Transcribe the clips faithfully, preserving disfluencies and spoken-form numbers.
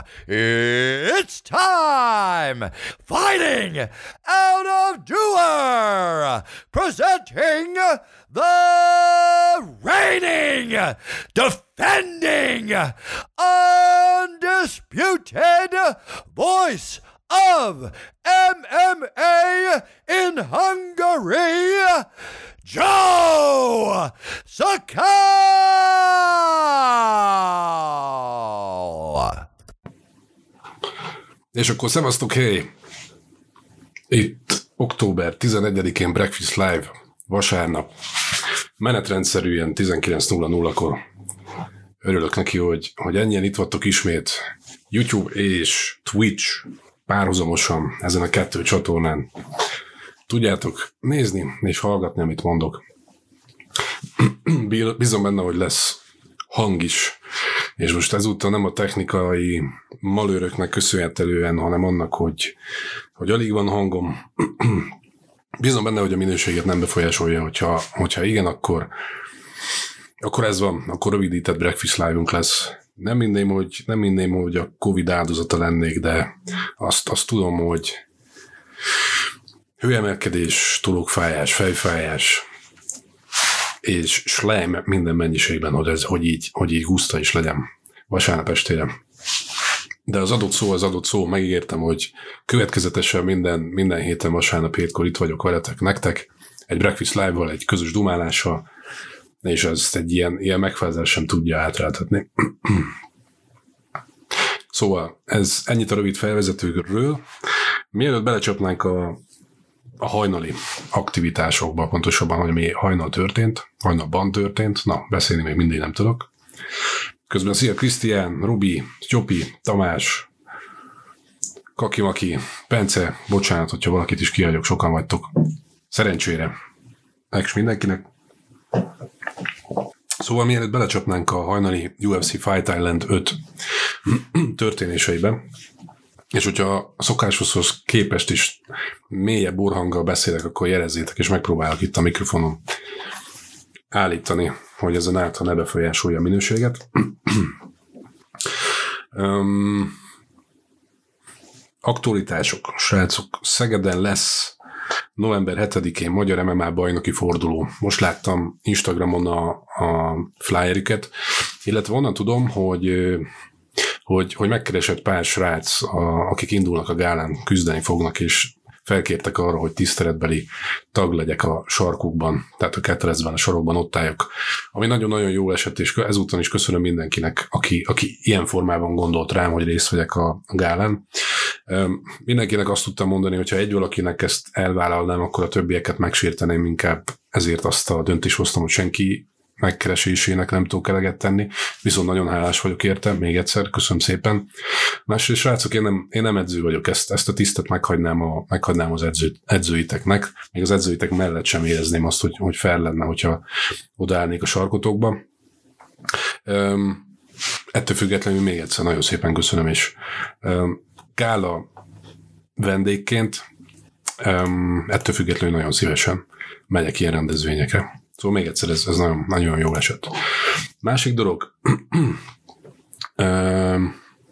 it's time! Fighting out of Doer, presenting the reigning, defending, undisputed voice of M M A in Hungary, Joe Sakal! És akkor szevasztok, hé! Itt október tizenegyedikén Breakfast Live, vasárnap, menetrendszerűen tizenkilenc nulla nullakor. Örülök neki, hogy, hogy ennyien itt vagytok ismét YouTube és Twitch párhuzamosan ezen a kettő csatornán. Tudjátok nézni és hallgatni, amit mondok. Bízom benne, hogy lesz hang is. És most ezúttal nem a technikai malőröknek köszönhetően, hanem annak, hogy, hogy alig van hangom. Bízom benne, hogy a minőséget nem befolyásolja, hogyha, hogyha igen, akkor, akkor ez van, akkor rövidített Breakfast Live-unk lesz. Nem mindém, hogy, nem mindém, hogy a Covid áldozata lennék, de azt, azt tudom, hogy hőemelkedés, tolókfájás, fejfájás és slime minden mennyiségben, hogy, ez, hogy, így, hogy így guszta is legyen vasárnap estére. De az adott szó az adott szó, megígértem, hogy következetesen minden, minden héten vasárnap hétkor itt vagyok veletek, nektek, egy Breakfast Live-val, egy közös dumálással, és ezt egy ilyen, ilyen megfázás sem tudja átráltatni. Szóval ez ennyit a rövid felvezetőről. Mielőtt belecsapnánk a, a hajnali aktivitásokba, pontosabban, hogy mi hajnal történt, hajnalban történt, na, beszélni még mindig nem tudok. Közben szia Krisztián, Robi, Csopi, Tamás, Kakimaki, Pence, bocsánat, hogyha valakit is kihagyok, sokan vagytok. Szerencsére. Meg mindenkinek. Szóval mielőtt belecsapnánk a hajnali U F C Fight Island öt történéseibe, és hogyha a szokáshoz képest is mélyebb orhanggal beszélek, akkor jelezzétek, és megpróbálok itt a mikrofonon állítani, hogy ezen által ne befolyásolja a minőséget. um, aktualitások, srácok, Szegeden lesz november hetedikén magyar em em á bajnoki forduló. Most láttam Instagramon a, a flyeriket, illetve onnan tudom, hogy, hogy, hogy megkeresett pár srác, a, akik indulnak a gálán, küzdeni fognak, és felkértek arra, hogy tiszteletbeli tag legyek a sarkukban, tehát a ketrecben, a sarokban ott álljak. Ami nagyon-nagyon jó esett, és ezúton is köszönöm mindenkinek, aki, aki ilyen formában gondolt rám, hogy részt vegyek a, a gálán. Mindenkinek azt tudtam mondani, hogy ha egy valakinek ezt elvállalnám, akkor a többieket megsérteném inkább, ezért azt a döntést hoztam, hogy senki megkeresésének nem tudok eleget tenni, viszont nagyon hálás vagyok érte, még egyszer, köszönöm szépen. Másrészt, srácok, én nem, én nem edző vagyok, ezt, ezt a tisztet meghagynám, a, meghagynám az edző, edzőiteknek, még az edzőitek mellett sem érezném azt, hogy, hogy fel lenne, hogyha odaállnék a sarkotokba. Um, ettől függetlenül még egyszer nagyon szépen köszönöm, és um, gála vendégként um, ettől függetlenül nagyon szívesen megyek ilyen rendezvényekre. Szóval még egyszer ez, ez nagyon, nagyon jó esett. Másik dolog. um,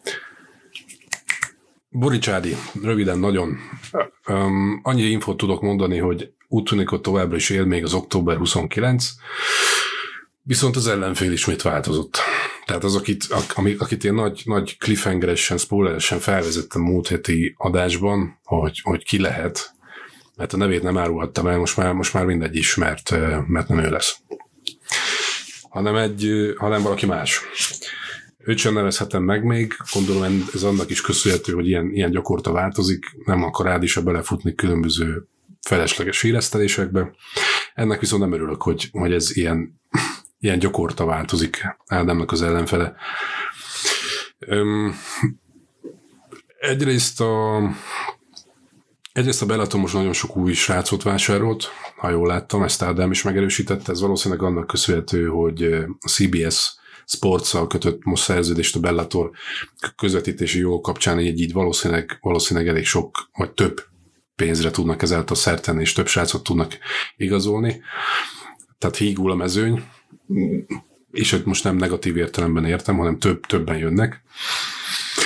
Boricsádi, röviden nagyon. Um, annyi infót tudok mondani, hogy úgy tűnik, hogy továbbra is él még az október huszonkilenc, viszont az ellenfél ismét változott. Tehát az, akit, akit, akit én nagy, nagy cliffhangeresen, spoileresen felvezettem múlt heti adásban, hogy, hogy ki lehet, mert a nevét nem árulhattam el, most már, most már mindegy is, mert, mert nem ő lesz. Hanem, egy, hanem valaki más. Őt sem nevezhetem meg még, gondolom ez annak is köszönhető, hogy ilyen, ilyen gyakorta változik, nem akar rád is belefutni különböző felesleges híresztelésekbe. Ennek viszont nem örülök, hogy, hogy ez ilyen, ilyen gyakorta változik Ádámnak az ellenfele. Öm, egyrészt a Egyrészt a Bellator most nagyon sok új srácot vásárolt, ha jól láttam, ezt Ádám is megerősítette, ez valószínűleg annak köszönhető, hogy a cé bé es Sportszal kötött most szerződést a Bellator közvetítési jogok kapcsán, így, így valószínűleg, valószínűleg elég sok, vagy több pénzre tudnak ezáltal szert tenni, és több srácot tudnak igazolni. Tehát hígul a mezőny, és hogy most nem negatív értelemben értem, hanem több, többen jönnek.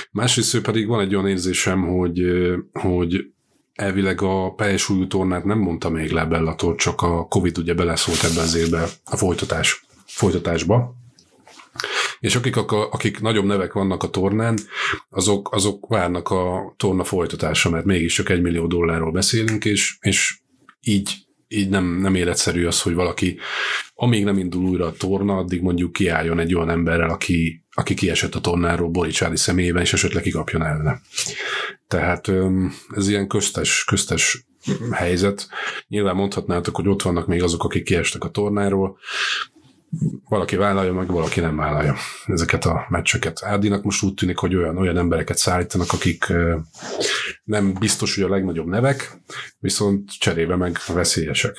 Másrészt pedig van egy olyan érzésem, hogy, hogy elvileg a pályasúlyú tornát nem mondta még le Bellator, csak a Covid ugye beleszólt ebben az évben a folytatás, folytatásba. És akik, akik nagyobb nevek vannak a tornán, azok, azok várnak a torna folytatásra, mert mégis csak egy millió dollárról beszélünk, és, és így, így nem, nem életszerű az, hogy valaki, amíg nem indul újra a torna, addig mondjuk kiálljon egy olyan emberrel, aki, aki kiesett a tornáról Boricsádi személyében, és esetleg kikapjon ellene. Tehát ez ilyen köztes, köztes helyzet. Nyilván mondhatnátok, hogy ott vannak még azok, akik kiestek a tornáról, valaki vállalja, meg valaki nem vállalja ezeket a meccseket. Ádinak most úgy tűnik, hogy olyan, olyan embereket szállítanak, akik nem biztos, hogy a legnagyobb nevek, viszont cserébe meg veszélyesek.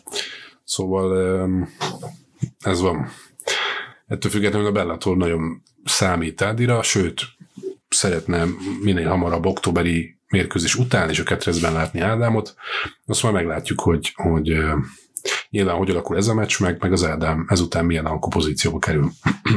Szóval ez van. Ettől függetlenül a Bellator nagyon számít Ádira, sőt, szeretne minél hamarabb októberi mérkőzés után és a Ketrecben látni Ádámot. Azt majd meglátjuk, hogy, hogy nyilván hogy alakul ez a meccs, meg, meg az Ádám ezután milyen alkupozícióba kerül.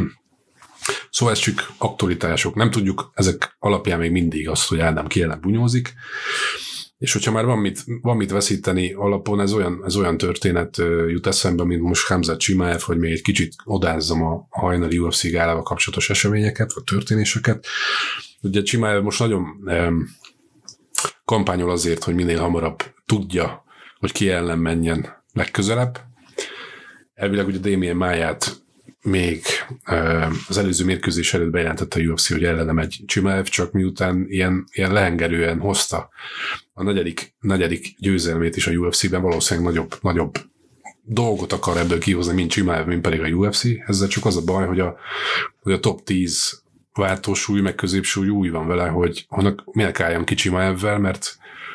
Szóval ez csak aktualitások. Nem tudjuk ezek alapján még mindig azt, hogy Ádám ki ellen bunyózik, és hogyha már van mit, van mit veszíteni alapon, ez olyan, ez olyan történet jut eszembe, mint most Khamzat Chimaev, hogy még egy kicsit odázzam a hajnali u ef cé gálával kapcsolatos eseményeket, vagy történéseket. Ugye Chimaev most nagyon um, kampányol azért, hogy minél hamarabb tudja, hogy ki ellen menjen legközelebb. Elvileg ugye Damien Máját még az előző mérkőzés előtt bejelentette a u ef cé, hogy ellene megy Chimaev, csak miután ilyen, ilyen lehengerően hozta a negyedik, negyedik győzelmét is a u ef cé-ben, valószínűleg nagyobb, nagyobb dolgot akar ebből kihozni, mint Chimaev, mint pedig a u ef cé. Ezzel csak az a baj, hogy a, hogy a top tíz váltósúly, meg középsúly úgy van vele, hogy minek álljam ki Chimaevvel, mert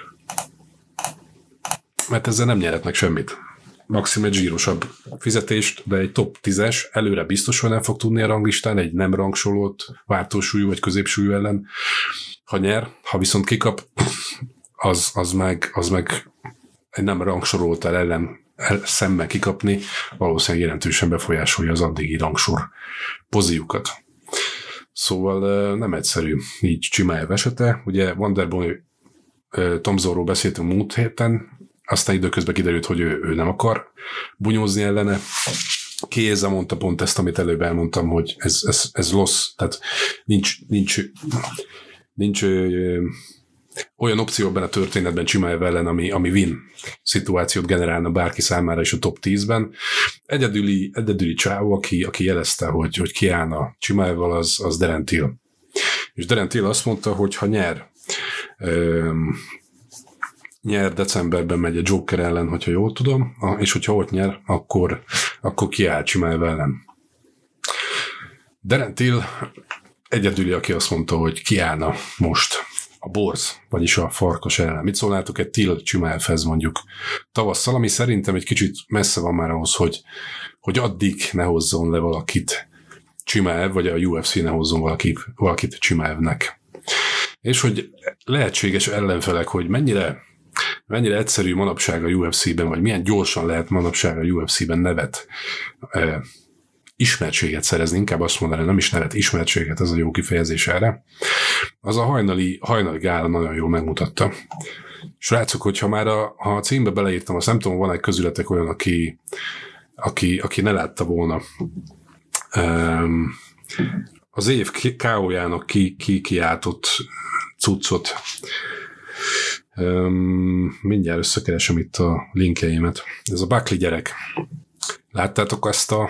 mert ezzel nem nyerhetnek semmit. Maximum egy zsírosabb fizetést, de egy top tízes előre biztos, hogy nem fog tudni a ranglistán egy nem rangsolott váltósúlyú vagy középsúlyú ellen, ha nyer, ha viszont kikap, az, az, meg, az meg egy nem rangsorolt el ellen el, szemben kikapni, valószínűleg jelentősen befolyásolja az addigi rangsor poziukat. Szóval nem egyszerű így Chimaev esete. Ugye Wonderboy Thompsonról beszéltünk múlt héten, aztán időközben kiderült, hogy ő, ő nem akar bunyózni ellene. Kéza mondta pont ezt, amit előbb elmondtam, hogy ez, ez, ez loss, tehát nincs, nincs, nincs ö, olyan opció ebben a történetben Chimaev ellen, ami, ami win szituációt generálna bárki számára is a top tízben. Egyedüli, egyedüli csávó, aki, aki jelezte, hogy, hogy kiállna Chimaevval, az, az Darren Till. És Darren Till azt mondta, hogy ha nyer, ö, nyer decemberben megy a Joker ellen, hogyha jól tudom, és hogyha ott nyer, akkor, akkor kiáll Chimaev ellen. Darren Till egyedüli, aki azt mondta, hogy kiállna most a borz, vagyis a farkas ellen. Mit szólnátok egy Till Chimaevhez mondjuk tavasszal, ami szerintem egy kicsit messze van már ahhoz, hogy, hogy addig ne hozzon le valakit Chimaev, vagy a u ef cé ne hozzon valakit, valakit Chimaevnek. És hogy lehetséges ellenfelek, hogy mennyire mennyire egyszerű manapság a u ef cé-ben, vagy milyen gyorsan lehet manapság a u ef cé-ben nevet, eh, ismertséget szerezni, inkább azt mondani, nem is nevet, ismertséget, ez a jó kifejezés erre. Az a hajnali, hajnali gála nagyon jól megmutatta. Srácok, hogyha már a, ha a címbe beleírtam, azt nem tudom, van egy közületek olyan, aki, aki, aki ne látta volna um, az év ká ó-jának ki, ki kiáltott cuccot. Um, mindjárt összekeresem itt a linkjeimet. Ez a Buckley gyerek. Láttátok ezt a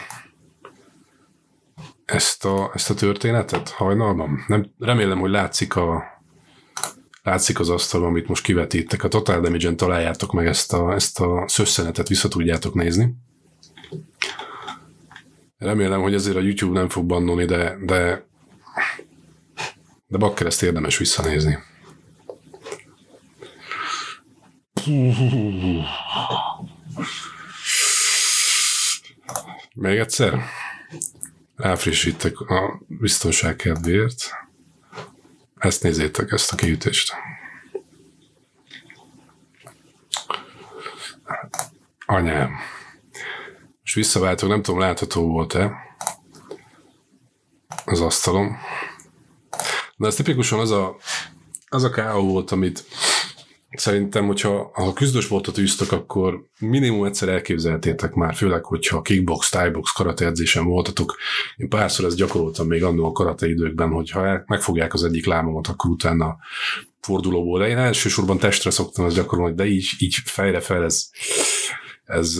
ezt a, ezt a történetet hajnalban? Nem, remélem, hogy látszik a látszik az asztalon, amit most kivetítek. A Total Damage-en találjátok meg ezt a, ezt a szösszenetet, vissza tudjátok nézni. Remélem, hogy ezért a YouTube nem fog bannolni, de de de bakker, ezt érdemes visszanézni. Még egyszer elfrissítek a biztonság kedvéért. Ezt nézzétek, ezt a kiütést. Anyám. És visszaváltok, nem tudom, látható volt-e az asztalom. Na ez tipikusan az a, az a ká ó volt, amit szerintem, hogyha ha küzdősportot űztök, akkor minimum egyszer elképzeltétek már, főleg, hogyha kickbox, thai-box, karate edzésen voltatok. Én párszor ezt gyakoroltam még annól a karate időkben, hogyha megfogják az egyik lábamat, akkor utána fordulóból. De én elsősorban testre szoktam ezt gyakorolni, de így, így fejre fel, ez, ez,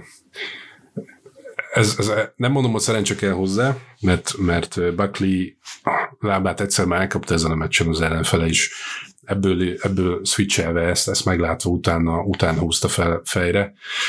ez, ez nem mondom, hogy szerencse kell hozzá, mert, mert Buckley lábát egyszer már elkapta ezen a meccsen az ellenfele is. Ebből, ebből switchelve ezt, ezt meglátva utána, utána húzta fel fejre.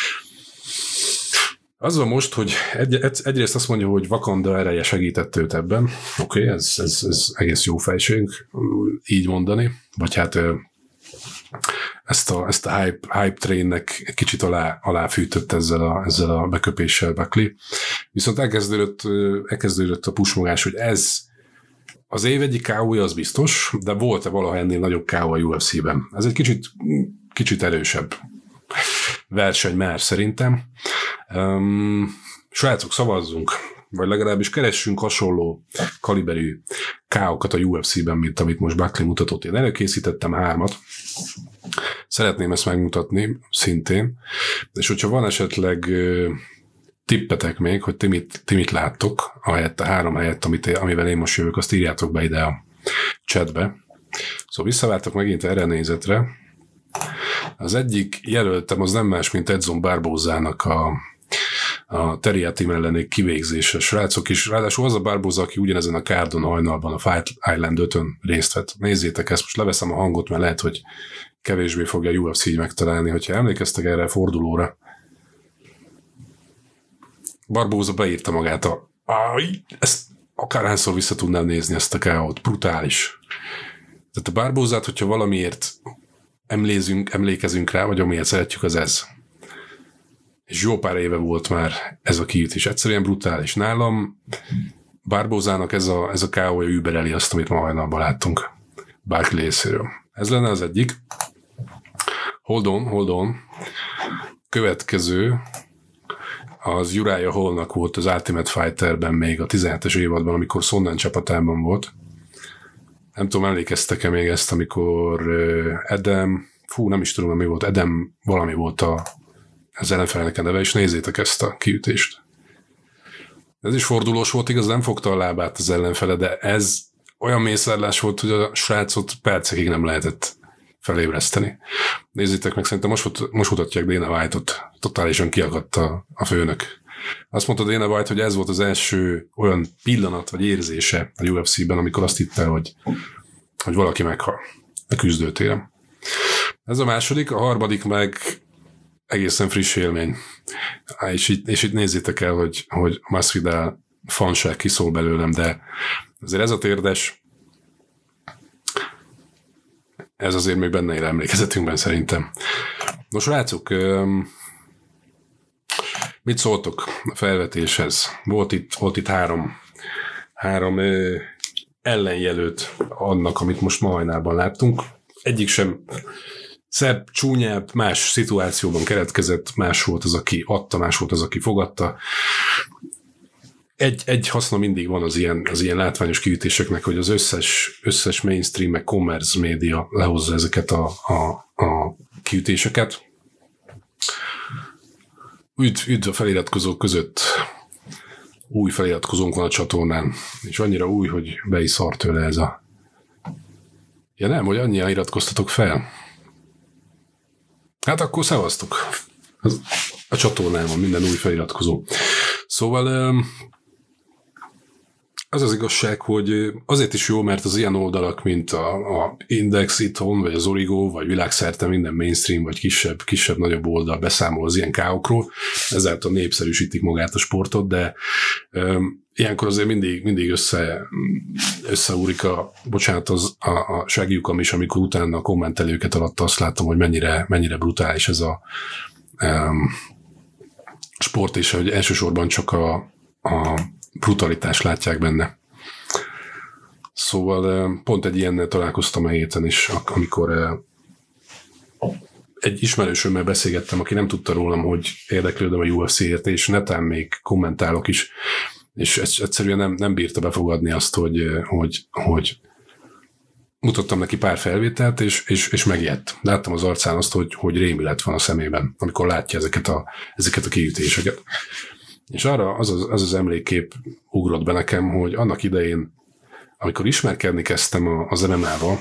Az van most, hogy egy, egy, egyrészt azt mondja, hogy Wakanda ereje segített őt ebben. Oké, okay, ez, ez, ez egész jó fejség, így mondani. Vagy hát ezt a, ezt a hype, hype trainnek egy kicsit alá, aláfűtött ezzel a, ezzel a beköpéssel Buckley. Viszont elkezdődött, elkezdődött a pusmogás, hogy ez az év egyik ká ó-ja az biztos, de volt-e valaha ennél nagyobb ká ó a u ef cé-ben? Ez egy kicsit, kicsit erősebb verseny már szerintem. Um, srácok, szavazzunk, vagy legalábbis keressünk hasonló kaliberű ká ó-kat a u ef cé-ben, mint amit most Buckley mutatott. Én előkészítettem hármat. Szeretném ezt megmutatni szintén. És hogyha van esetleg tippetek még, hogy ti mit, ti mit láttok, ahelyett a három helyett, amit, amivel én most jövök, azt írjátok be ide a chatbe. Szóval visszaváltok megint erre a nézetre. Az egyik jelöltem az nem más, mint Edson Barbozának a, a Teriyati elleni kivégzése. Srácok is, ráadásul az a Barboza, aki ugyanezen a kárdon hajnalban a Fight Island ötön részt vett. Nézzétek ezt, most leveszem a hangot, mert lehet, hogy kevésbé fogja a u ef cé így megtalálni. Hogyha emlékeztek erre a fordulóra, Barboza beírta magát a... Aj, ezt akárhányszor vissza tudnám nézni ezt a ká ó-t. Brutális. Tehát a Barbozát, hogyha valamiért emlézünk, emlékezünk rá, vagy amiért szeretjük, az ez. És jó pár éve volt már ez a kiütés. Egyszerűen brutális. Nálam Barbozának ez a, ez a ká ó-ja übereli azt, amit ma hajnalban láttunk. Buckley részéről. Ez lenne az egyik. Hold on, hold on. Következő az Uriah Hallnak volt az Ultimate Fighterben még a tizenhetes évadban, amikor Sonnan csapatában volt. Nem tudom, emlékeztek-e még ezt, amikor Adam, fú, nem is tudom, mi volt, Adam valami volt a, az ellenfelnek a neve, és nézzétek ezt a kiütést. Ez is fordulós volt, igaz, nem fogta a lábát az ellenfele, de ez olyan mészárlás volt, hogy a srácot percekig nem lehetett felébreszteni. Nézzétek meg, szerintem most, most mutatják Dana White-ot. Totálisan kiakadt a, a főnök. Azt mondta Dana White, hogy ez volt az első olyan pillanat, vagy érzése a u ef cé-ben, amikor azt hitte, hogy, hogy valaki meghal a küzdőtéren. Ez a második, a harmadik meg egészen friss élmény. És itt, és itt nézzétek el, hogy, hogy Masvidal fanság kiszól belőlem, de azért ez a térdes, ez azért még benne él emlékezetünkben szerintem. Nos, rácok, mit szóltok a felvetéshez? Volt itt, volt itt három, három ellenjelölt annak, amit most ma hajnalban láttunk. Egyik sem szebb, csúnyább, más szituációban keletkezett, más volt az, aki adta, más volt az, aki fogadta. Egy, egy haszna mindig van az ilyen, az ilyen látványos kiütéseknek, hogy az összes, összes mainstream, meg commerce média lehozza ezeket a, a, a kiütéseket. Üdv, üdv a feliratkozók között. Új feliratkozónk van a csatornán, és annyira új, hogy be is szart tőle ez a... Ja nem, hogy annyian iratkoztatok fel. Hát akkor szevasztok. A csatornán van minden új feliratkozó. Szóval... az az igazság, hogy azért is jó, mert az ilyen oldalak, mint a, a Index itthon, vagy az Origo, vagy világszerte minden mainstream, vagy kisebb, kisebb, nagyobb oldal beszámol az ilyen ká ó-król, ezáltal népszerűsítik magát a sportot, de um, ilyenkor azért mindig, mindig össze, összeúrik a, bocsánat, az, a, a ságjukam is, amikor utána a kommentelőket alatt azt látom, hogy mennyire, mennyire brutális ez a um, sport, és hogy elsősorban csak a, a brutalitást látják benne. Szóval pont egy ilyennel találkoztam a héten is, amikor egy ismerősömmel beszélgettem, aki nem tudta rólam, hogy érdeklődöm a u ef cé-ért, és netán még kommentálok is, és egyszerűen nem, nem bírta befogadni azt, hogy, hogy, hogy mutattam neki pár felvételt, és, és, és megijedt. Láttam az arcán azt, hogy, hogy rémület van a szemében, amikor látja ezeket a, ezeket a kiütéseket. És arra az az, az az emlékkép ugrott be nekem, hogy annak idején, amikor ismerkedni kezdtem az em em á-val,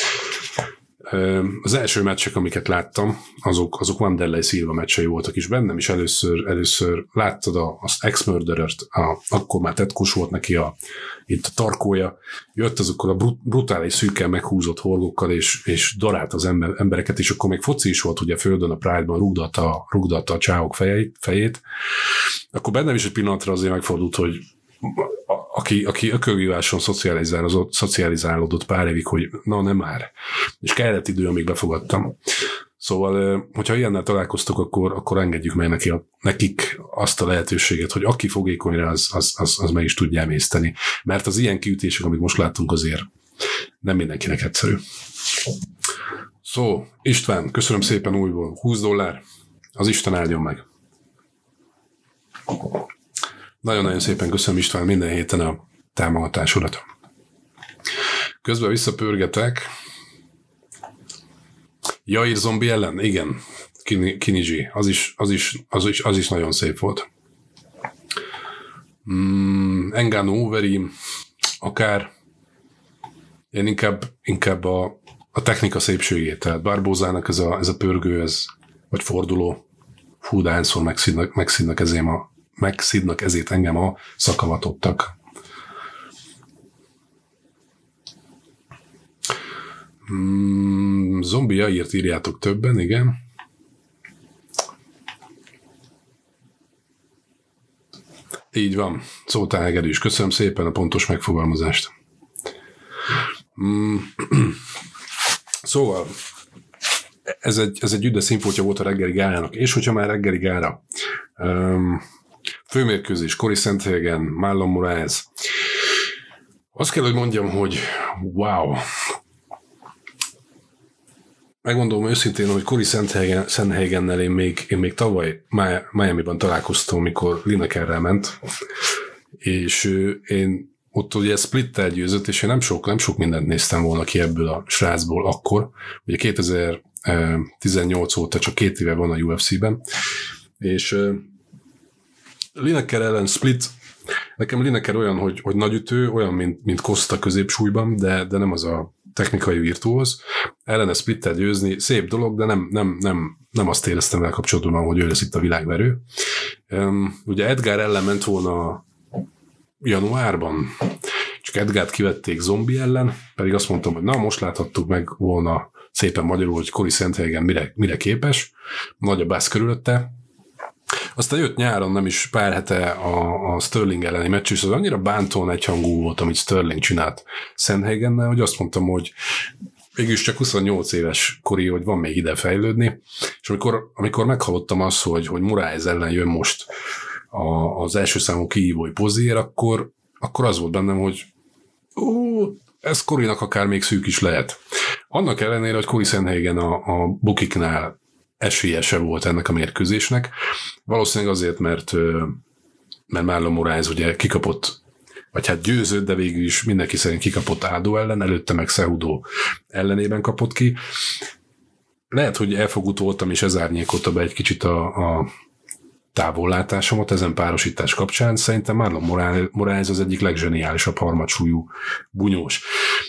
az első meccsek, amiket láttam, azok, azok Wanderlei Silva meccsei voltak is bennem, és először, először láttad a, az Ex-Murderert, a, akkor már tetkós volt neki a, itt a tarkója, jött azokkal a brut, brutális szűkkel meghúzott horgokkal, és, és darált az ember, embereket, és akkor még foci is volt ugye földön a Pride-ban, rugdatta, rugdatta a csávok fejét, fejét, akkor bennem is egy pillanatra azért megfordult, hogy aki, aki ökölvíváson szocializálódott, szocializálódott pár évig, hogy na nem már. És kellett idő, amíg befogadtam. Szóval, hogyha ilyennel találkoztok, akkor, akkor engedjük meg neki a, nekik azt a lehetőséget, hogy aki fogékony rá, az, az, az, az meg is tudja emészteni. Mert az ilyen kiütések, amit most láttunk, azért nem mindenkinek egyszerű. Szó, István, köszönöm szépen újból. húsz dollár, az Isten áldjon meg. Nagyon-nagyon szépen köszönöm, István, minden héten a támogatásodat. Közben visszapörgetek. Jair zombi ellen? Igen. Kiniji. Az is, az is, az is, az is nagyon szép volt. Mm, Ngannou, Overeem, akár én inkább, inkább a, a technika szépségét. Tehát Barbózának ez a, ez a pörgő, ez, vagy forduló, fú, de hányszor megszidnak, megszidnak ezém a megszidnak ezért engem a szakavatottak. Mm, zombi Jaírt írjátok többen, igen. Így van. Zoltán Hegedűs. Köszönöm szépen a pontos megfogalmazást. Mm. Szóval ez egy, ez egy üde színfoltja volt a reggeli gálának, és hogyha már reggeli gála um, főmérkőzés, Cory Sandhagen, Marlon Moraes. Azt kell, hogy mondjam, hogy wow. Megmondom őszintén, hogy Cory Sandhagennel én még, én még tavaly Miami-ban találkoztam, mikor Linekerrel ment, és én ott ugye Split-tel győzött, és én nem sok, nem sok mindent néztem volna ki ebből a srácból akkor. Ugye kétezer-tizennyolc óta csak két éve van a u ef cé-ben, és Lineker ellen Split, nekem Lineker olyan, hogy, hogy nagyütő, olyan, mint, mint Costa középsúlyban, de, de nem az a technikai virtuóz. Ellene Split-tel győzni, szép dolog, de nem, nem, nem, nem azt éreztem vele kapcsolatban, hogy ő lesz itt a világverő. Um, ugye Edgar ellen ment volna januárban, csak Edgárt kivették zombi ellen, pedig azt mondtam, hogy na, most láthattuk meg volna szépen magyarul, hogy Cory Sandhagen mire, mire képes, nagy a bász körülötte. Aztán jött nyáron, nem is pár hete a, a Sterling elleni meccs, és az annyira bántóan egyhangú volt, amit Sterling csinált Sandhagennel, hogy azt mondtam, hogy mégis csak huszonnyolc éves Cory, hogy van még ide fejlődni, és amikor, amikor meghallottam azt, hogy, hogy Moraes ellen jön most a, az első számú kihívói poziér, akkor, akkor az volt bennem, hogy ó, ez Corynak akár még szűk is lehet. Annak ellenére, hogy Cory Sandhagen a, a bukiknál esélyese volt ennek a mérkőzésnek. Valószínűleg azért, mert, mert Marlon Moraes ugye kikapott, vagy hát győzött, de végül is mindenki szerint kikapott Aldo ellen, előtte meg Cejudo ellenében kapott ki. Lehet, hogy elfogutoltam, és ez árnyékolta be egy kicsit a, a távollátásomat ezen párosítás kapcsán. Szerintem Marlon Moraes az egyik legzseniálisabb harmadsúlyú bunyós.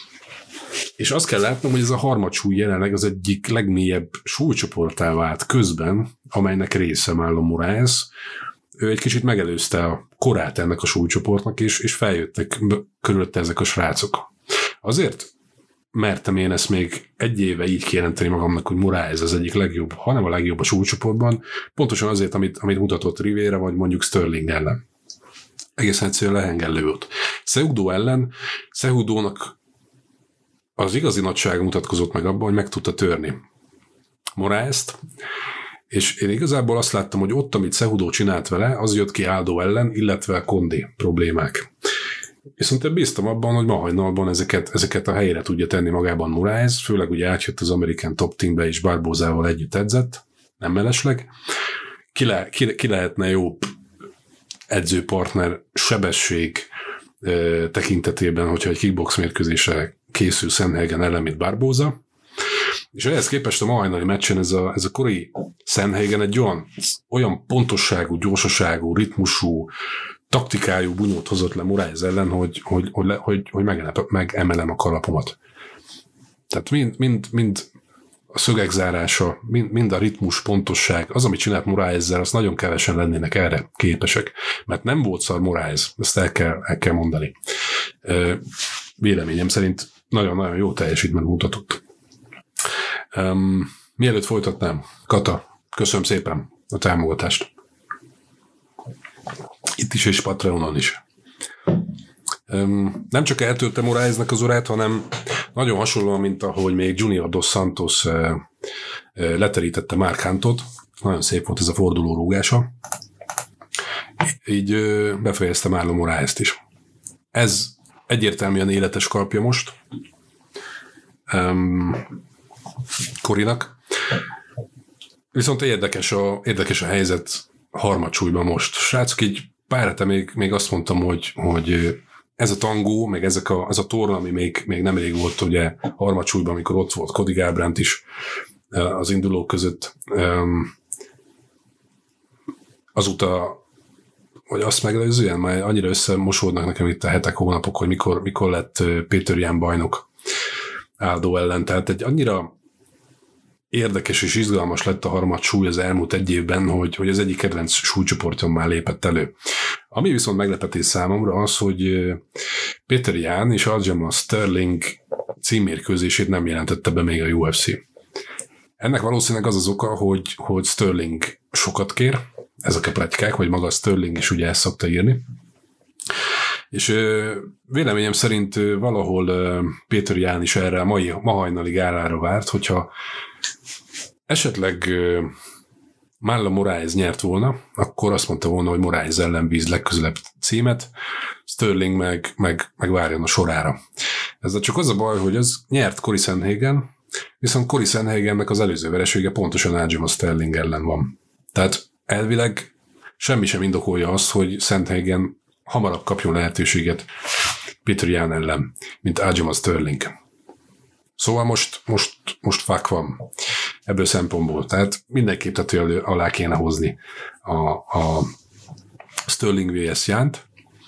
És azt kell látnom, hogy ez a harmadsúly jelenleg az egyik legmélyebb súlycsoporttá vált közben, amelynek része Marlon Moraes. Ő egy kicsit megelőzte a korát ennek a súlycsoportnak, és, és feljöttek körülötte ezek a srácok. Azért mertem én ezt még egy éve így kijelenteni magamnak, hogy Moraes az egyik legjobb, hanem a legjobb a súlycsoportban, pontosan azért, amit, amit mutatott Rivera, vagy mondjuk Sterling ellen. Egészen egyszerűen lehengellő volt. Cejudo ellen, Cejudónak az igazi nagysága mutatkozott meg abban, hogy meg tudta törni Moraest, és én igazából azt láttam, hogy ott, amit Cejudo csinált vele, az jött ki Aldo ellen, illetve Condi problémák. Viszont én bíztam abban, hogy ma hajnalban ezeket, ezeket a helyére tudja tenni magában Moraes, főleg ugye átjött az American Top Teambe, és Barbózával együtt edzett, nem mellesleg. Ki, le, ki, ki lehetne jó edzőpartner sebesség ö, tekintetében, hogyha egy kickbox mérkőzésre készül Sandhagen ellen, mint Barboza. És ehhez képest a ma hajnali meccsen ez a, ez a Cory Sandhagen egy olyan, olyan pontosságú, gyorsaságú, ritmusú, taktikájú bunyót hozott le Moraes ellen, hogy, hogy, hogy, hogy, hogy megemelem a kalapomat. Tehát mind, mind, mind a szögek zárása, mind, mind a ritmus, pontosság, az, amit csinált Moraes-zel, azt nagyon kevesen lennének erre képesek. Mert nem volt szar Moraes, ezt el kell, el kell mondani. Véleményem szerint nagyon-nagyon jó teljesítményt mutatott. Um, mielőtt folytatnám, Kata, köszönöm szépen a támogatást. Itt is és Patreonon is. Um, nem csak eltörte Moraesnek az orrát, hanem nagyon hasonlóan, mint ahogy még Junior Dos Santos uh, uh, leterítette Mark Huntot. Nagyon szép volt ez a forduló rúgása. Így uh, befejezte Marlon Moraest is. Ez egyértelműen életes kalapja most. Um, Corynak. Viszont érdekes a, érdekes a helyzet harmadsúlyban most. Srácok, így pár hete még, még azt mondtam, hogy, hogy ez a tangó, meg ezek a, ez a torna, ami még, még nemrég volt ugye harmadsúlyban, amikor ott volt Cody Garbrandt is az indulók között. Azóta, vagy azt megelőzően, már annyira összemosódnak nekem itt a hetek, hónapok, hogy mikor, mikor lett Petr Yan bajnok Aldo ellen. Tehát egy annyira érdekes és izgalmas lett a harmadsúly az elmúlt egy évben, hogy, hogy az egyik kedvenc súlycsoportjon már lépett elő. Ami viszont meglepetés számomra az, hogy Petr Yan és Aljamain Sterling címmérkőzését nem jelentette be még a U F C. Ennek valószínűleg az az oka, hogy, hogy Sterling sokat kér, ezek a pletykák, vagy maga Sterling is ugye ezt szokta írni. És véleményem szerint valahol Petr Yan is erre a mai, ma hajnali gálára várt, hogyha esetleg Marlon Moraes nyert volna, akkor azt mondta volna, hogy Moraes ellen bíz legközelebb címet, Sterling meg, meg, meg várjon a sorára. Ez csak az a baj, hogy az nyert Cory Sandhagen, viszont Cory Sandhagennek az előző veresége pontosan Aljamain Sterling ellen van. Tehát elvileg semmi sem indokolja azt, hogy Sandhagen hamarabb kapjon lehetőséget Petr Yan ellen, mint Aljamain Sterling. Szóval most, most, most fuck van ebből szempontból. Tehát mindenképp tető alá kéne hozni a, a Sterling versus Yant.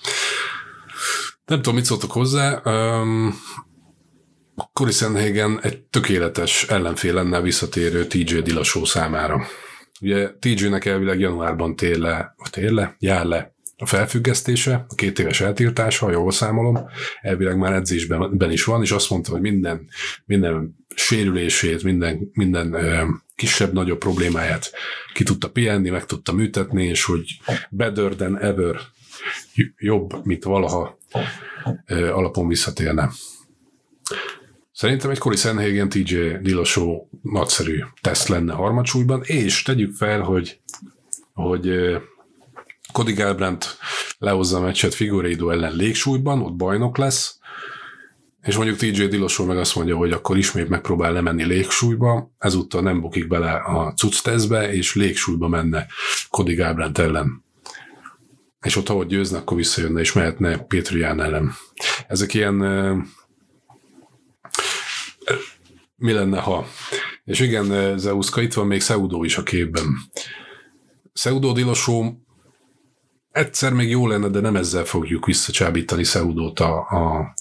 Nem tudom, mit szóltok hozzá. Um, Cory Sandhagen egy tökéletes ellenfél lenne visszatérő T J Dillashaw számára. Ugye T J-nek elvileg januárban tér le, tér le, jár le a felfüggesztése, a két éves eltiltása, ha jól számolom, elvileg már edzésben ben is van, és azt mondta, hogy minden, minden sérülését, minden, minden ö, kisebb-nagyobb problémáját ki tudta pihenni, meg tudta műtetni, és hogy better than ever, jobb, mint valaha ö, alapon visszatérne. Szerintem egy Cory Sandhagen T J Dillashaw nagyszerű teszt lenne harmadsúlyban, és tegyük fel, hogy, hogy ö, Cody Garbrandt lehozza a meccset Figueiredo ellen légsúlyban, ott bajnok lesz, és mondjuk T J Dillashaw meg azt mondja, hogy akkor ismét megpróbál lemenni légsúlyba, ezúttal nem bukik bele a cucc tesztbe, és légsúlyba menne Cody Garbrandt ellen. És ott, ahogy győzne, akkor visszajönne, és mehetne Petr Yan ellen. Ezek ilyen uh, mi lenne, ha? És igen, Zeuszka, itt van még Cejudo is a képben. Cejudo Dillashaw egyszer még jó lenne, de nem ezzel fogjuk visszacsábítani Ceudót a, a,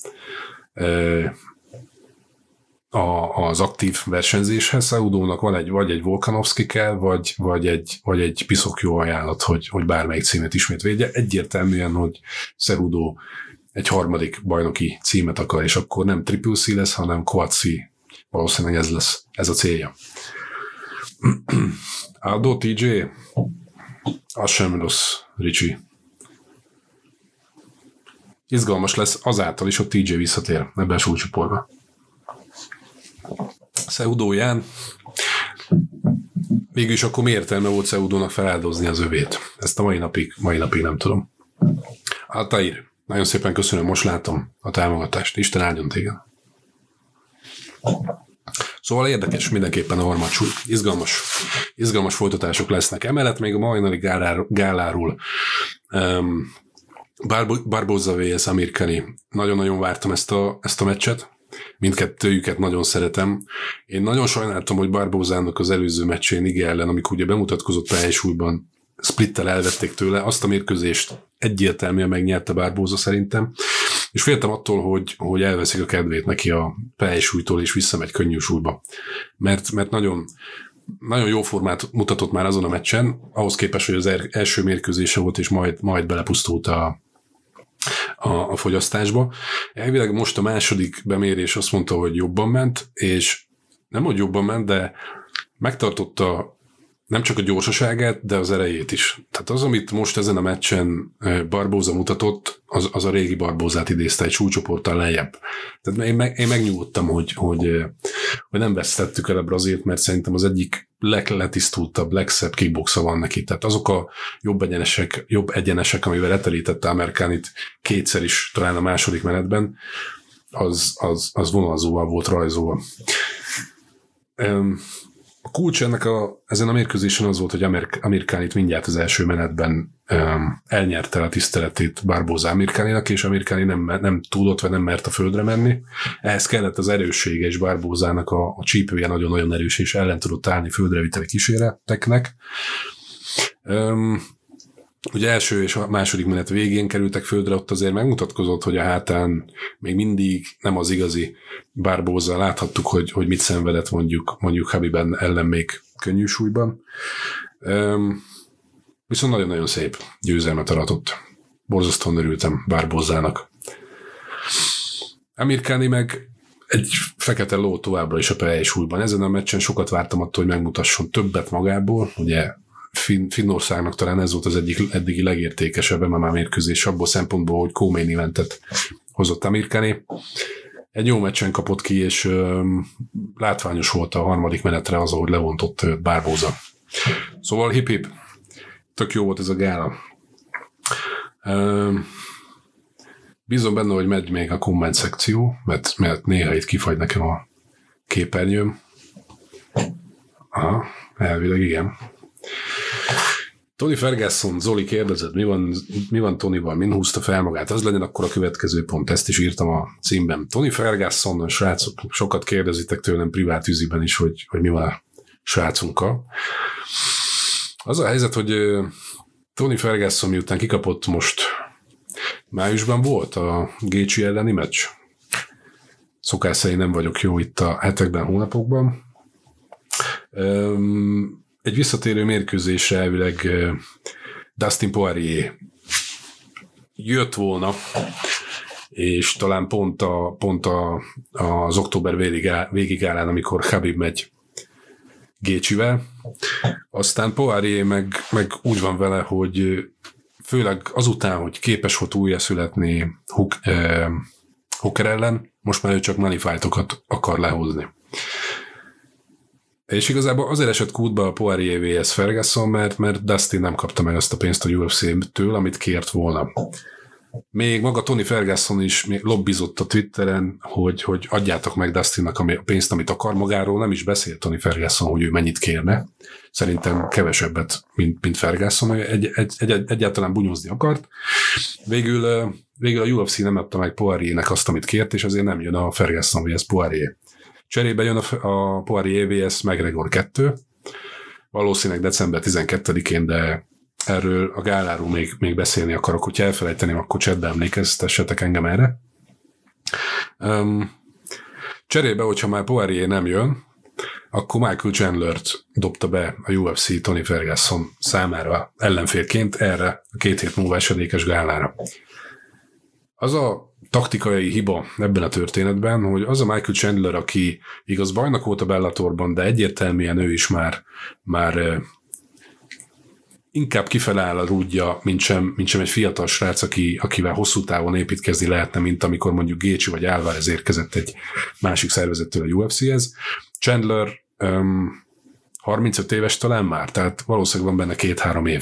a, az aktív versenyzéshez. Ceudónak van egy, vagy egy Volkanovski kell, vagy, vagy, egy, vagy egy piszok jó ajánlat, hogy, hogy bármelyik címet ismét védje. Egyértelműen, hogy Cejudo egy harmadik bajnoki címet akar, és akkor nem Triple C lesz, hanem Quad C. Valószínűleg ez lesz, ez a célja. Aldo T J, az sem rossz, Ricsi. Izgalmas lesz azáltal is, hogy T J visszatér ebben a súlycsoportba. Cejudo Yan. Végülis akkor mi értelme volt Ceudónak feláldozni az övét? Ezt a mai napig, mai napig nem tudom. Altair, nagyon szépen köszönöm, most látom a támogatást. Isten áldjon téged. Szóval érdekes mindenképpen a harmadsúly. Izgalmas, izgalmas folytatások lesznek. Emellett még a majnali gáláról, gáláról um, Barboza versus Amir Kani. Nagyon-nagyon vártam ezt a, ezt a meccset. mindkettőjüket nagyon szeretem. Én nagyon sajnáltam, hogy Barbozának az előző meccsén Ige ellen, amikor ugye bemutatkozott pályásúlyban, splittel elvették tőle, azt a mérkőzést egyértelműen megnyerte Barboza szerintem, és féltem attól, hogy, hogy elveszik a kedvét neki a pályásúlytól, és visszamegy könnyű súlyba. Mert, mert nagyon, nagyon jó formát mutatott már azon a meccsen, ahhoz képest, hogy az első mérkőzése volt, és majd, majd belepusztult a, a, a fogyasztásba. Elvileg most a második bemérés azt mondta, hogy jobban ment, és nem, hogy jobban ment, de megtartotta nem csak a gyorsaságát, de az erejét is. Tehát az, amit most ezen a meccsen Barboza mutatott, az, az a régi Barbozát idézte egy súlycsoporttal lejjebb. Tehát én, meg, én megnyugodtam, hogy, hogy, hogy nem vesztettük el a Brazilt, mert szerintem az egyik legletisztultabb, legszebb kickboxa van neki. Tehát azok a jobb egyenesek, jobb egyenesek amivel letelítette Amerikánit kétszer is, talán a második menetben, az, az, az vonalzóval volt rajzolva. Um, A kulcs ennek a, ezen a mérkőzésen az volt, hogy Amer- Amerikánit mindjárt az első menetben um, elnyerte a tiszteletét Barboza Amerikáninak, és Amerikáni nem, nem tudott, vagy nem mert a földre menni. Ehhez kellett az erőssége, és Barbozának a, a csípője nagyon-nagyon erős, és ellen tudott állni földreviteli kíséreteknek. Um, Ugye első és a második menet végén kerültek földre, ott azért megmutatkozott, hogy a hátán még mindig nem az igazi Barboza. Láthattuk, hogy, hogy mit szenvedett mondjuk, mondjuk Khabib ellen még könnyű súlyban. Üm, viszont nagyon-nagyon szép győzelmet aratott. Borzasztóan örültem Barbozának. Amirkhani meg egy fekete ló továbbra is a pej súlyban. Ezen a meccsen sokat vártam attól, hogy megmutasson többet magából, ugye Finn, Finnországnak talán ez volt az egyik eddigi legértékesebb em em á mérkőzés abból szempontból, hogy co-main eventet hozott Amirkhani. Egy jó meccsen kapott ki, és ö, látványos volt a harmadik menetre az, ahogy levontott Barboza. Szóval hip-hip, tök jó volt ez a gála. Ö, bízom benne, hogy megy még a komment szekció, mert, mert néha itt kifagy nekem a képernyőm. Aha, elvileg igen. Tony Ferguson, Zoli kérdezett, mi van, mi van Tonyval, min húzta fel magát, az legyen akkor a következő pont, ezt is írtam a címben. Tony Ferguson, srácok, sokat kérdezitek tőlem privát üziben is, hogy, hogy mi van a srácunkkal. Az a helyzet, hogy Tony Ferguson miután kikapott most, májusban volt a Gaethje elleni meccs. Szokás szerint nem vagyok jó itt a hetekben, hónapokban. Um, Egy visszatérő mérkőzésre elvileg Dustin Poirier jött volna, és talán pont, a, pont a, az október végig állán, amikor Khabib megy Gaethjevel. Aztán Poirier meg, meg úgy van vele, hogy főleg azután, hogy képes volt újra születni Hook, eh, Hooker ellen, most már ő csak money fightokat akar lehozni. És igazából azért esett kútba a Poirier versus Ferguson, mert, mert Dustin nem kapta meg azt a pénzt a u ef cé-től, amit kért volna. Még maga Tony Ferguson is lobbizott a Twitteren, hogy, hogy adjátok meg Dustinnak a pénzt, amit akar magáról. Nem is beszélt Tony Ferguson, hogy ő mennyit kérne. Szerintem kevesebbet, mint, mint Ferguson. Egy, egy, egy, egyáltalán bunyózni akart. Végül, végül a u ef cé nem adta meg Poiriernek azt, amit kért, és azért nem jön a Ferguson versus Poirier. Cserébe jön a, a Poirier versus McGregor kettő, valószínűleg december tizenkettedikén, de erről a gáláról még, még beszélni akarok, hogyha elfelejteném, akkor chatben emlékeztessetek engem erre. Um, cserébe, hogyha már Poirier nem jön, akkor Michael Chandlert dobta be a u ef cé Tony Ferguson számára ellenfélként erre a két hét múlva esedékes gálára. Az a taktikai hiba ebben a történetben, hogy az a Michael Chandler, aki igaz bajnok volt a Bellatorban, de egyértelműen ő is már, már inkább kifele áll a rúdja, mint sem, mint sem egy fiatal srác, aki, akivel hosszú távon építkezni lehetne, mint amikor mondjuk Gaethje vagy Alvarez érkezett egy másik szervezettől a u ef céhez. Chandler um, harmincöt éves talán már, tehát valószínűleg van benne két-három év.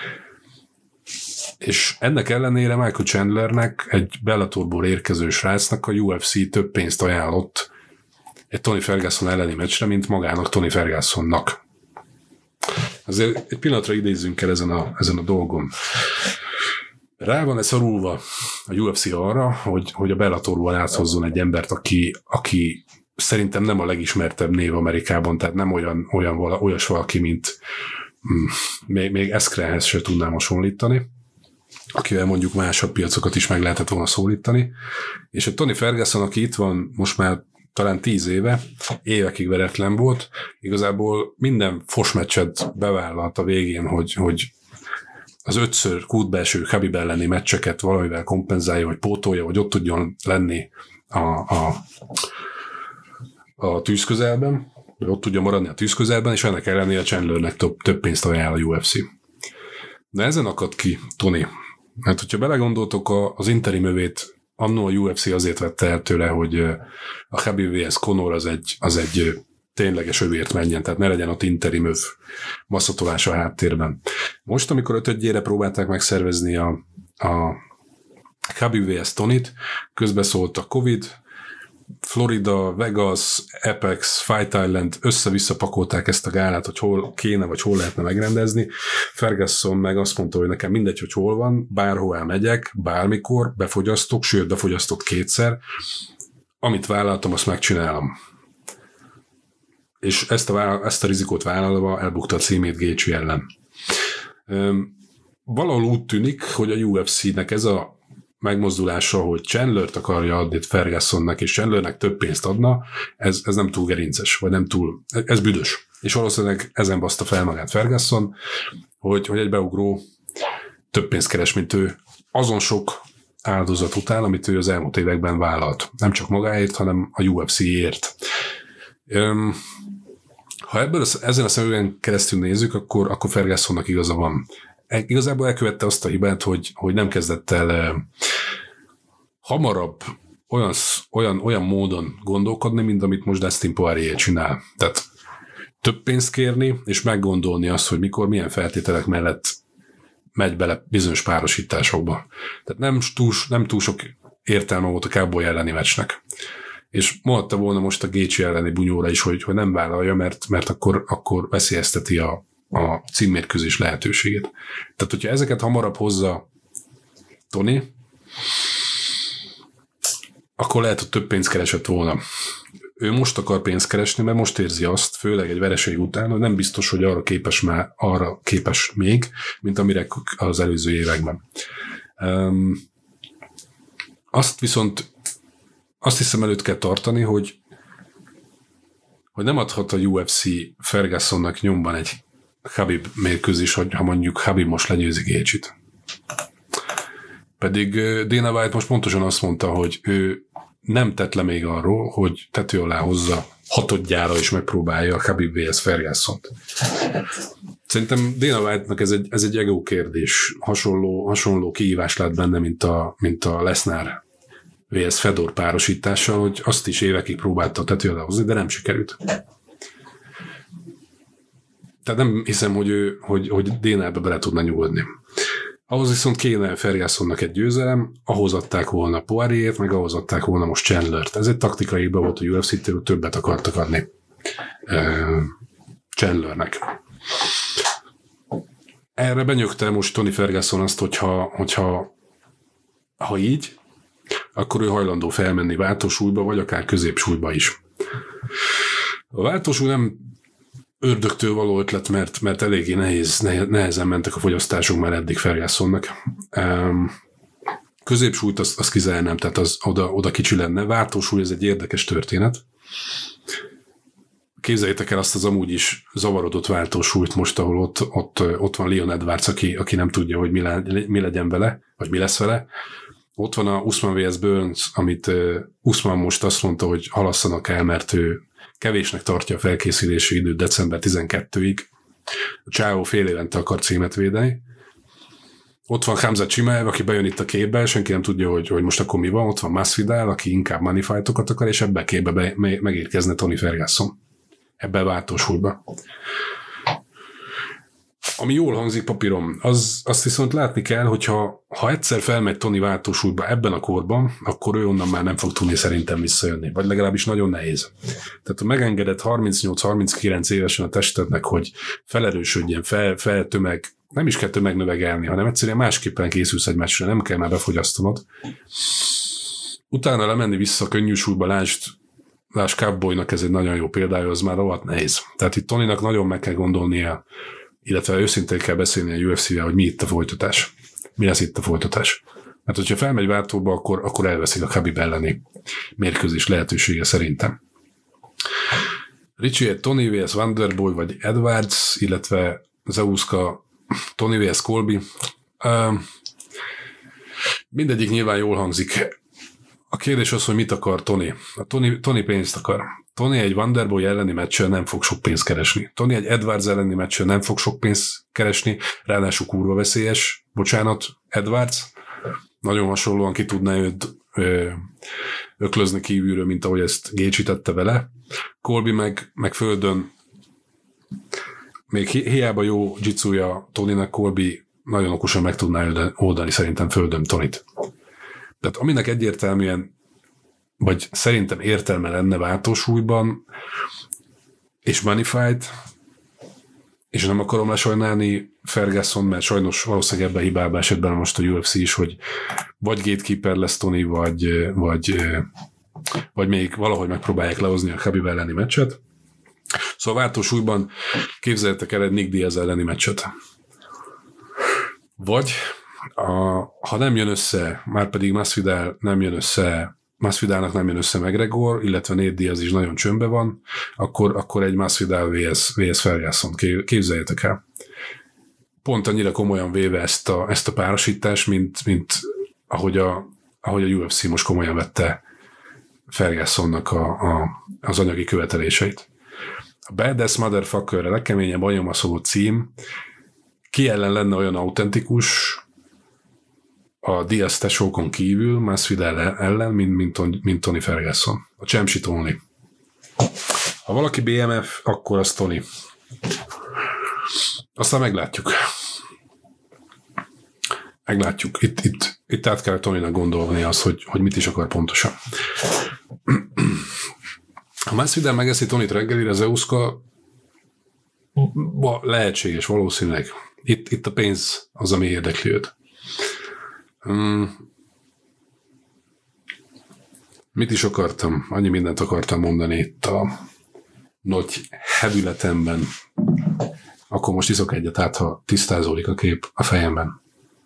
És ennek ellenére Michael Chandlernek, egy Bellatorból érkező srácnak a u ef cé több pénzt ajánlott egy Tony Ferguson elleni meccsre, mint magának Tony Fergusonnak. Azért egy pillanatra idézzünk el ezen a, ezen a dolgon. rá van-e szorulva a u ef cé arra, hogy, hogy a Bellatorban áthozzon egy embert, aki, aki szerintem nem a legismertebb név Amerikában, tehát nem olyan, olyan vala, olyas valaki, mint mm, még, még Eskrenhez se tudnám hasonlítani, akivel mondjuk másodpiacokat is meg lehetett volna szólítani. És a Tony Ferguson, aki itt van most már talán tíz éve, évekig veretlen volt, igazából minden fosmeccset bevállalt a végén, hogy, hogy az ötször kútbeeső Khabib elleni meccseket valamivel kompenzálja, vagy pótolja, vagy ott tudjon lenni a, a, a tűzközelben, vagy ott tudjon maradni a tűzközelben, és ennek ellenére Chandlernek több, több pénzt ajánl a u ef cé. De ezen akad ki Tony. Mert hogyha belegondoltok, az interim övét annó a u ef cé azért vette el tőle, hogy a Khabib versus Conor az egy, az egy tényleges övért menjen, tehát ne legyen ott interim öv masszatolás a háttérben. Most, amikor ötödjére próbálták megszervezni a, a Khabib versus Tonyt, közbeszólt a Covid, Florida, Vegas, Apex, Fight Island, össze-vissza pakolták ezt a gálát, hogy hol kéne, vagy hol lehetne megrendezni. Ferguson meg azt mondta, hogy nekem mindegy, hogy hol van, bárhová megyek, bármikor, befogyasztok, sőt, befogyasztok kétszer. Amit vállaltam, azt megcsinálom. És ezt a, ezt a rizikót vállalva elbukta a címét Gaethje ellen. Üm, valahol úgy tűnik, hogy a u ef cé-nek ez a megmozdulása, hogy Chandlert akarja adni Fergusonnak, és Chandlernek több pénzt adna, ez, ez nem túl gerinces, vagy nem túl, ez büdös. És valószínűleg ezen baszta fel magát Ferguson, hogy, hogy egy beugró több pénzt keres, mint ő, azon sok áldozat után, amit ő az elmúlt években vállalt. Nem csak magáért, hanem a u ef cé-ért. Üm, ha ebből ezen a szemüvegen keresztül nézzük, akkor, akkor Fergusonnak igaza van. Igazából elkövette azt a hibát, hogy, hogy nem kezdett el eh, hamarabb olyan, olyan, olyan módon gondolkodni, mint amit most Dustin Poirier csinál. Tehát több pénzt kérni, és meggondolni azt, hogy mikor, milyen feltételek mellett megy bele bizonyos párosításokba. Tehát nem túl, nem túl sok értelme volt a Cowboy elleni meccsnek. És mondta volna most a Gaethje elleni bunyóra is, hogy, hogy nem vállalja, mert, mert akkor, akkor veszélyezteti a a címmérkőzés lehetőségét. Tehát, hogyha ezeket hamarabb hozza Tony, akkor lehet, hogy több pénzt keresett volna. Ő most akar pénzt keresni, mert most érzi azt, főleg egy vereség után, hogy nem biztos, hogy arra képes már, arra képes még, mint amire az előző években. Um, azt viszont azt hiszem előtt kell tartani, hogy, hogy nem adhat a u ef cé Fergusonnak nyomban egy Khabib mérkőzés, ha mondjuk Khabib most legyőzi Gaethje-t. Pedig Dana White most pontosan azt mondta, hogy ő nem tett le még arról, hogy tető alá hozza hatodjára is megpróbálja a Khabib versus Fergusont. Szerintem Dana White-nak ez egy, ez egy ego kérdés. Hasonló, hasonló kihívás lát benne, mint a, mint a Lesnar versus Fedor párosítással, hogy azt is évekig próbálta tető alá hozni, de nem sikerült. Tehát nem hiszem, hogy, ő, hogy, hogy Dana ebbe bele tudna nyugodni. Ahhoz viszont kéne Fergusonnak egy győzelem, ahhoz adták volna Poirier-t, meg ahhoz adták volna most Chandlert. Ez egy taktikai hiba volt a u ef cé-től, többet akartak adni uh, Chandlernek. Erre benyögte most Tony Ferguson azt, hogyha, hogyha ha így, akkor ő hajlandó felmenni váltósúlyba, vagy akár középsúlyba is. A váltósúly nem ördögtől való ötlet, mert, mert eléggé nehéz, nehezen mentek a fogyasztások már eddig Fergusonnak. Um, középsúlyt azt, azt kizárnám, tehát az oda, oda kicsi lenne. Váltósúly, ez egy érdekes történet. Képzeljétek el azt az amúgy is zavarodott váltósúlyt most, ahol ott, ott, ott van Leon Edwards, aki, aki nem tudja, hogy mi, le, mi legyen vele, vagy mi lesz vele. Ott van a Usman versus Burns, amit uh, Usman most azt mondta, hogy halasszanak el, mert ő kevésnek tartja a felkészülési időt december tizenkettedikéig. A Chao fél évente akar címet védeni. Ott van Khamzat Chimaev, aki bejön itt a képbe, senki nem tudja, hogy, hogy most akkor mi van. Ott van Masvidal, aki inkább money fightokat akar, és ebbe a képbe be, megérkezne Tony Ferguson. Ebben váltósúlyba. Ami jól hangzik papíron, az, azt viszont látni kell, hogyha ha egyszer felmegy Tony váltósúlyba ebben a korban, akkor ő onnan már nem fog tudni szerintem visszajönni, vagy legalábbis nagyon nehéz. Tehát ha megengedett harmincnyolc harminckilenc évesen a testednek, hogy felerősödjen, fel, feltömeg, nem is kell megnövegelni, hanem egyszerűen másképpen készülsz egy meccsre, nem kell már befogyasztanod. Utána lemenni vissza könnyű súlyba, lásd, lásd Cowboynak ez egy nagyon jó példája, az már rohadt nehéz. Tehát itt Tonynak nagyon meg kell gondolnia, illetve őszintén kell beszélni a u ef cé-vel, hogy mi itt a folytatás. Mi lesz itt a folytatás. Mert hogyha felmegy váltóba, akkor, akkor elveszik a Khabib elleni mérkőzés lehetősége szerintem. Richie, Tony versus Wonderboy, vagy Edwards, illetve Zeuska, Tony versus Colby. Uh, mindegyik nyilván jól hangzik. A kérdés az, hogy mit akar Tony. A Tony, Tony pénzt akar. Tony egy Wonderboy elleni meccsen nem fog sok pénzt keresni. Tony egy Edwards elleni meccsen nem fog sok pénzt keresni, ráadásul kurva veszélyes. Bocsánat, Edwards. Nagyon hasonlóan ki tudná őt ö, öklözni kívülről, mint ahogy ezt Gaethje tette vele. Colby meg, meg földön még hi- hiába jó jitsuja Tonynak, Colby nagyon okosan meg tudná oldani szerintem földön Tonit. Tehát aminek egyértelműen, vagy szerintem értelme lenne váltósúlyban, és money fight, és nem akarom lesajnálni Ferguson, mert sajnos valószínűleg ebben hibába esett bele most a u ef cé is, hogy vagy gatekeeper lesz Tony, vagy, vagy, vagy még valahogy megpróbálják lehozni a Khabib elleni meccset. Szóval váltósúlyban képzeljétek el egy Nick Diaz elleni meccset. Vagy a, ha nem jön össze, már pedig Masvidal nem jön össze, Masvidalnak nem jön össze McGregor, illetve Nate Diaz is nagyon csöndbe van, akkor, akkor egy Masvidal versus, versus Ferguson képzeljétek el. Pont annyira komolyan véve ezt a, ezt a párosítást, mint, mint ahogy, a, ahogy a u ef cé most komolyan vette Fergusonnak a, a, az anyagi követeléseit. A Badass Motherfucker, a legkeményebb anyomaszoló cím, ki ellen lenne olyan autentikus a Diaz tesókon kívül, Masvidal ellen, mint, mint, mint Tony Ferguson. A champ shit only. Ha valaki bé em ef, akkor az Tony. Aztán meglátjuk. Meglátjuk. Itt, itt, itt át kell Tonynak gondolni azt, hogy, hogy mit is akar pontosan. Ha Masvidal megeszi Tonit reggelire, Zeuska lehetséges, valószínűleg. Itt, itt a pénz az, ami érdekli őt. Hmm. Mit is akartam? Annyi mindent akartam mondani itt a nagy hevületemben. Akkor most iszok egyet át, ha tisztázódik a kép a fejemben.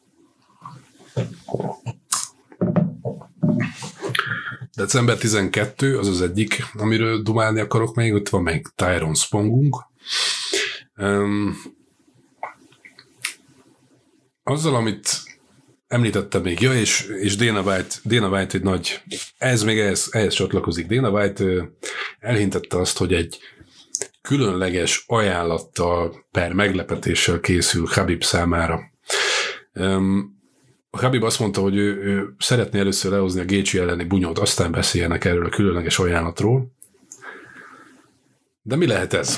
december tizenkettő, az az egyik, amiről dumálni akarok még, ott van még Tyrone Spongunk. Um, azzal, amit említettem még, ja, és, és Dana White, Dana White egy nagy, ez még ehhez, ehhez csatlakozik. Dana White uh, elhintette azt, hogy egy különleges ajánlattal per meglepetéssel készül Khabib számára. Um, Khabib azt mondta, hogy ő, ő szeretné először lehozni a Gaethje elleni bunyót, aztán beszéljenek erről a különleges ajánlatról. De mi lehet ez?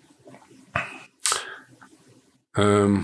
Um,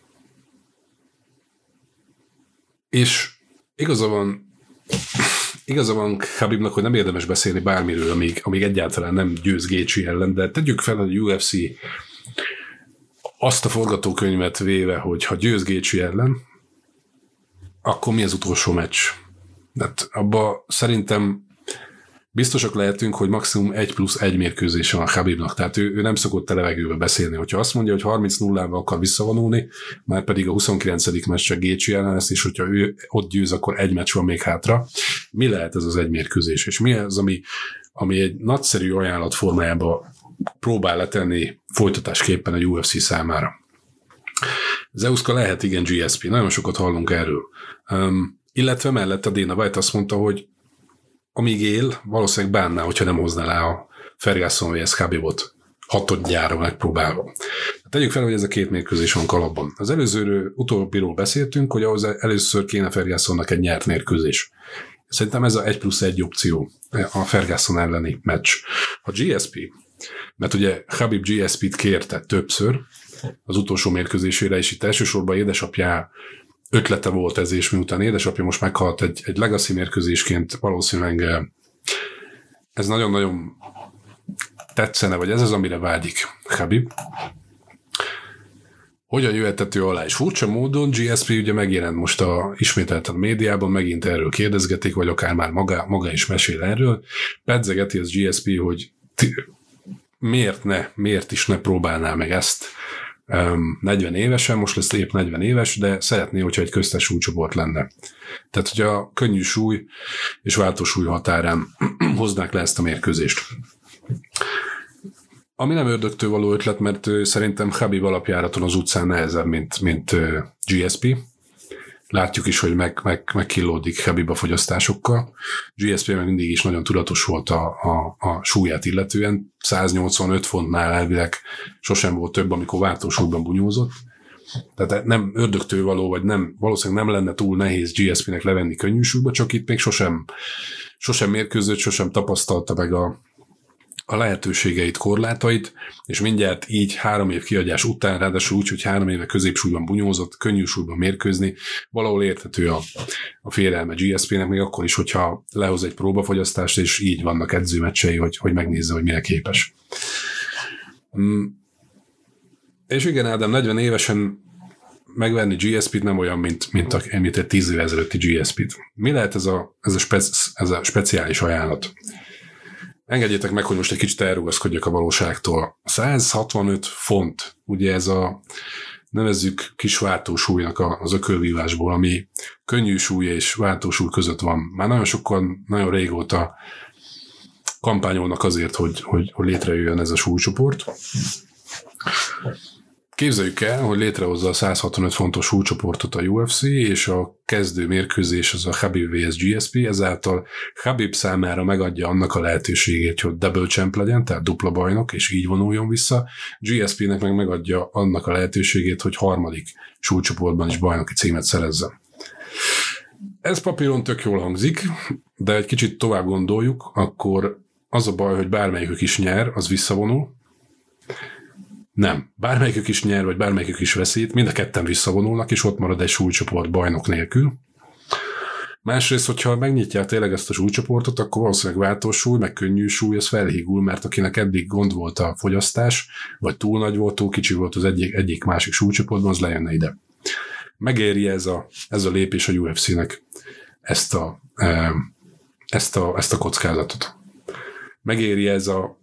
és igaza van, igaza van Khabibnak, hogy nem érdemes beszélni bármiről, amíg, amíg egyáltalán nem győz Gaethje ellen, de tegyük fel, hogy a u ef cé azt a forgatókönyvet véve, hogy ha győz Gaethje ellen, akkor mi az utolsó meccs? Hát abba szerintem biztosak lehetünk, hogy maximum egy plusz egy mérkőzése van Khabibnak, tehát ő, ő nem szokott a levegőbe beszélni. Hogyha azt mondja, hogy harminc nullával akar visszavonulni, már pedig a huszonkilencedik meccs csak Gaethje ellen lesz, és hogyha ő ott győz, akkor egy meccs van még hátra. Mi lehet ez az egy mérkőzés? És mi az, ami, ami egy nagyszerű ajánlat formájába próbál letenni folytatásképpen a u ef cé számára? Zeuska lehet, igen, gé es pé. Nagyon sokat hallunk erről. Um, illetve mellett a Dana White azt mondta, hogy amíg él, valószínűleg bánná, hogyha nem hozná le a Ferguson versus Khabibot hatodjára megpróbálva. Tegyük fel, hogy ez a két mérkőzés van kalapban. Az előzőről, utóbbiról beszéltünk, hogy ahhoz először kéne Fergusonnak egy nyert mérkőzés. Szerintem ez a egy plusz egy opció, a Ferguson elleni meccs. A gé es pé, mert ugye Khabib gé es pét kérte többször az utolsó mérkőzésére, és itt elsősorban édesapjá ötlete volt ez, és miután édesapja most meghalt egy, egy legacy mérkőzésként, valószínűleg ez nagyon-nagyon tetszene, vagy ez az, amire vágyik Khabib, hogyan jöhetető alá, és furcsa módon gé es pé ugye megjelent most a ismételten médiában, megint erről kérdezgetik, vagy akár már maga, maga is mesél erről, pedzegeti az gé es pé, hogy ti, miért ne, miért is ne próbálná meg ezt um, negyven évesen, most lesz épp negyven éves, de szeretné, hogyha egy köztes súlycsoport lenne. Tehát, hogy a könnyű súly és váltósúly határán hoznák le ezt a mérkőzést. Ami nem ördögtől való ötlet, mert szerintem Khabib alapjáraton az utcán nehezebb, mint, mint gé es pé. Látjuk is, hogy meg, meg, megkillódik Khabib a fogyasztásokkal. gé es pé meg mindig is nagyon tudatos volt a, a, a súlyát illetően. száznyolcvanöt fontnál elvileg sosem volt több, amikor váltósúlyban bunyózott. Tehát nem ördögtől való, vagy nem, valószínűleg nem lenne túl nehéz gé es pének levenni könnyű súlyba, csak itt még sosem, sosem mérkőzött, sosem tapasztalta meg a a lehetőségeit, korlátait, és mindjárt így három év kiadás után, ráadásul úgy, hogy három éve középsúlyban bunyózott, könnyű súlyban mérkőzni, valahol érthető a, a félelme gé es pének, még akkor is, hogyha lehoz egy próbafogyasztást, és így vannak edzőmeccsei, hogy, hogy megnézze, hogy mire képes. Mm. És igen, Ádám, negyven évesen megvenni gé es pét nem olyan, mint, mint, a, mint egy tíz év ezelőtti gé es pét. Mi lehet ez a, ez a, spec, ez a speciális ajánlat? Engedjétek meg, hogy most egy kicsit elrugaszkodjak a valóságtól. száz hatvanöt font, ugye ez a, nevezzük kis váltósúlynak az ökölvívásból, ami könnyű súly és váltósúly között van. Már nagyon sokan, nagyon régóta kampányolnak azért, hogy, hogy, hogy létrejöjjön ez a súlycsoport. Képzeljük el, hogy létrehozza a száz hatvanöt fontos súlycsoportot a u ef cé, és a kezdő mérkőzés az a Khabib versus gé es pé, ezáltal Khabib számára megadja annak a lehetőségét, hogy double champ legyen, tehát dupla bajnok, és így vonuljon vissza. gé es pének meg megadja annak a lehetőségét, hogy harmadik súlycsoportban is bajnoki címet szerezzen. Ez papíron tök jól hangzik, de egy kicsit tovább gondoljuk, akkor az a baj, hogy bármelyikük is nyer, az visszavonul. Nem. Bármelyikük is nyer, vagy bármelyikük is veszít, mind a ketten visszavonulnak, és ott marad egy súlycsoport bajnok nélkül. Másrészt, hogyha megnyitják tényleg ezt a súlycsoportot, akkor valószínűleg váltósúly, meg könnyű súly, ez felhígul, mert akinek eddig gond volt a fogyasztás, vagy túl nagy volt, túl kicsi volt az egyik, egyik másik súlycsoportban, az lejönne ide. Megéri ez a, ez a lépés a u ef cének ezt a, ezt a, ezt a kockázatot. Megéri ez a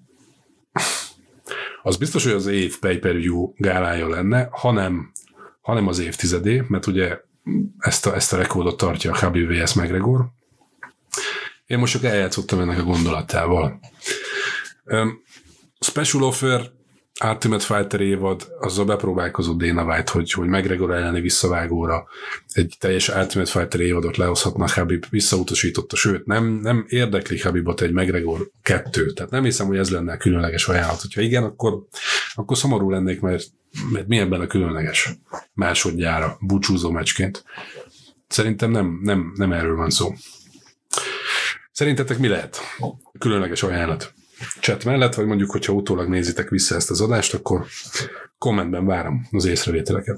az biztos, hogy az év pay-per-view gálája lenne, hanem, hanem az évtizedé, mert ugye ezt a, ezt a rekordot tartja a Khabib versus McGregor. Én most csak eljátszottam ennek a gondolatával. Um, special offer, Ultimate Fighter évad, azzal bepróbálkozott Dana White, hogy, hogy McGregor elleni visszavágóra egy teljes Ultimate Fighter évadot lehozhatna Khabib, visszautasította, sőt, nem, nem érdekli Khabibot egy McGregor kettő, tehát nem hiszem, hogy ez lenne a különleges ajánlat. Hogyha igen, akkor, akkor szomorú lennék, mert, mert mi ebben a különleges másodjára búcsúzó meccsként. Szerintem nem, nem, nem erről van szó. Szerintetek mi lehet különleges ajánlat? Chat mellett, vagy mondjuk, hogyha utólag nézitek vissza ezt az adást, akkor kommentben várom az észrevételeket.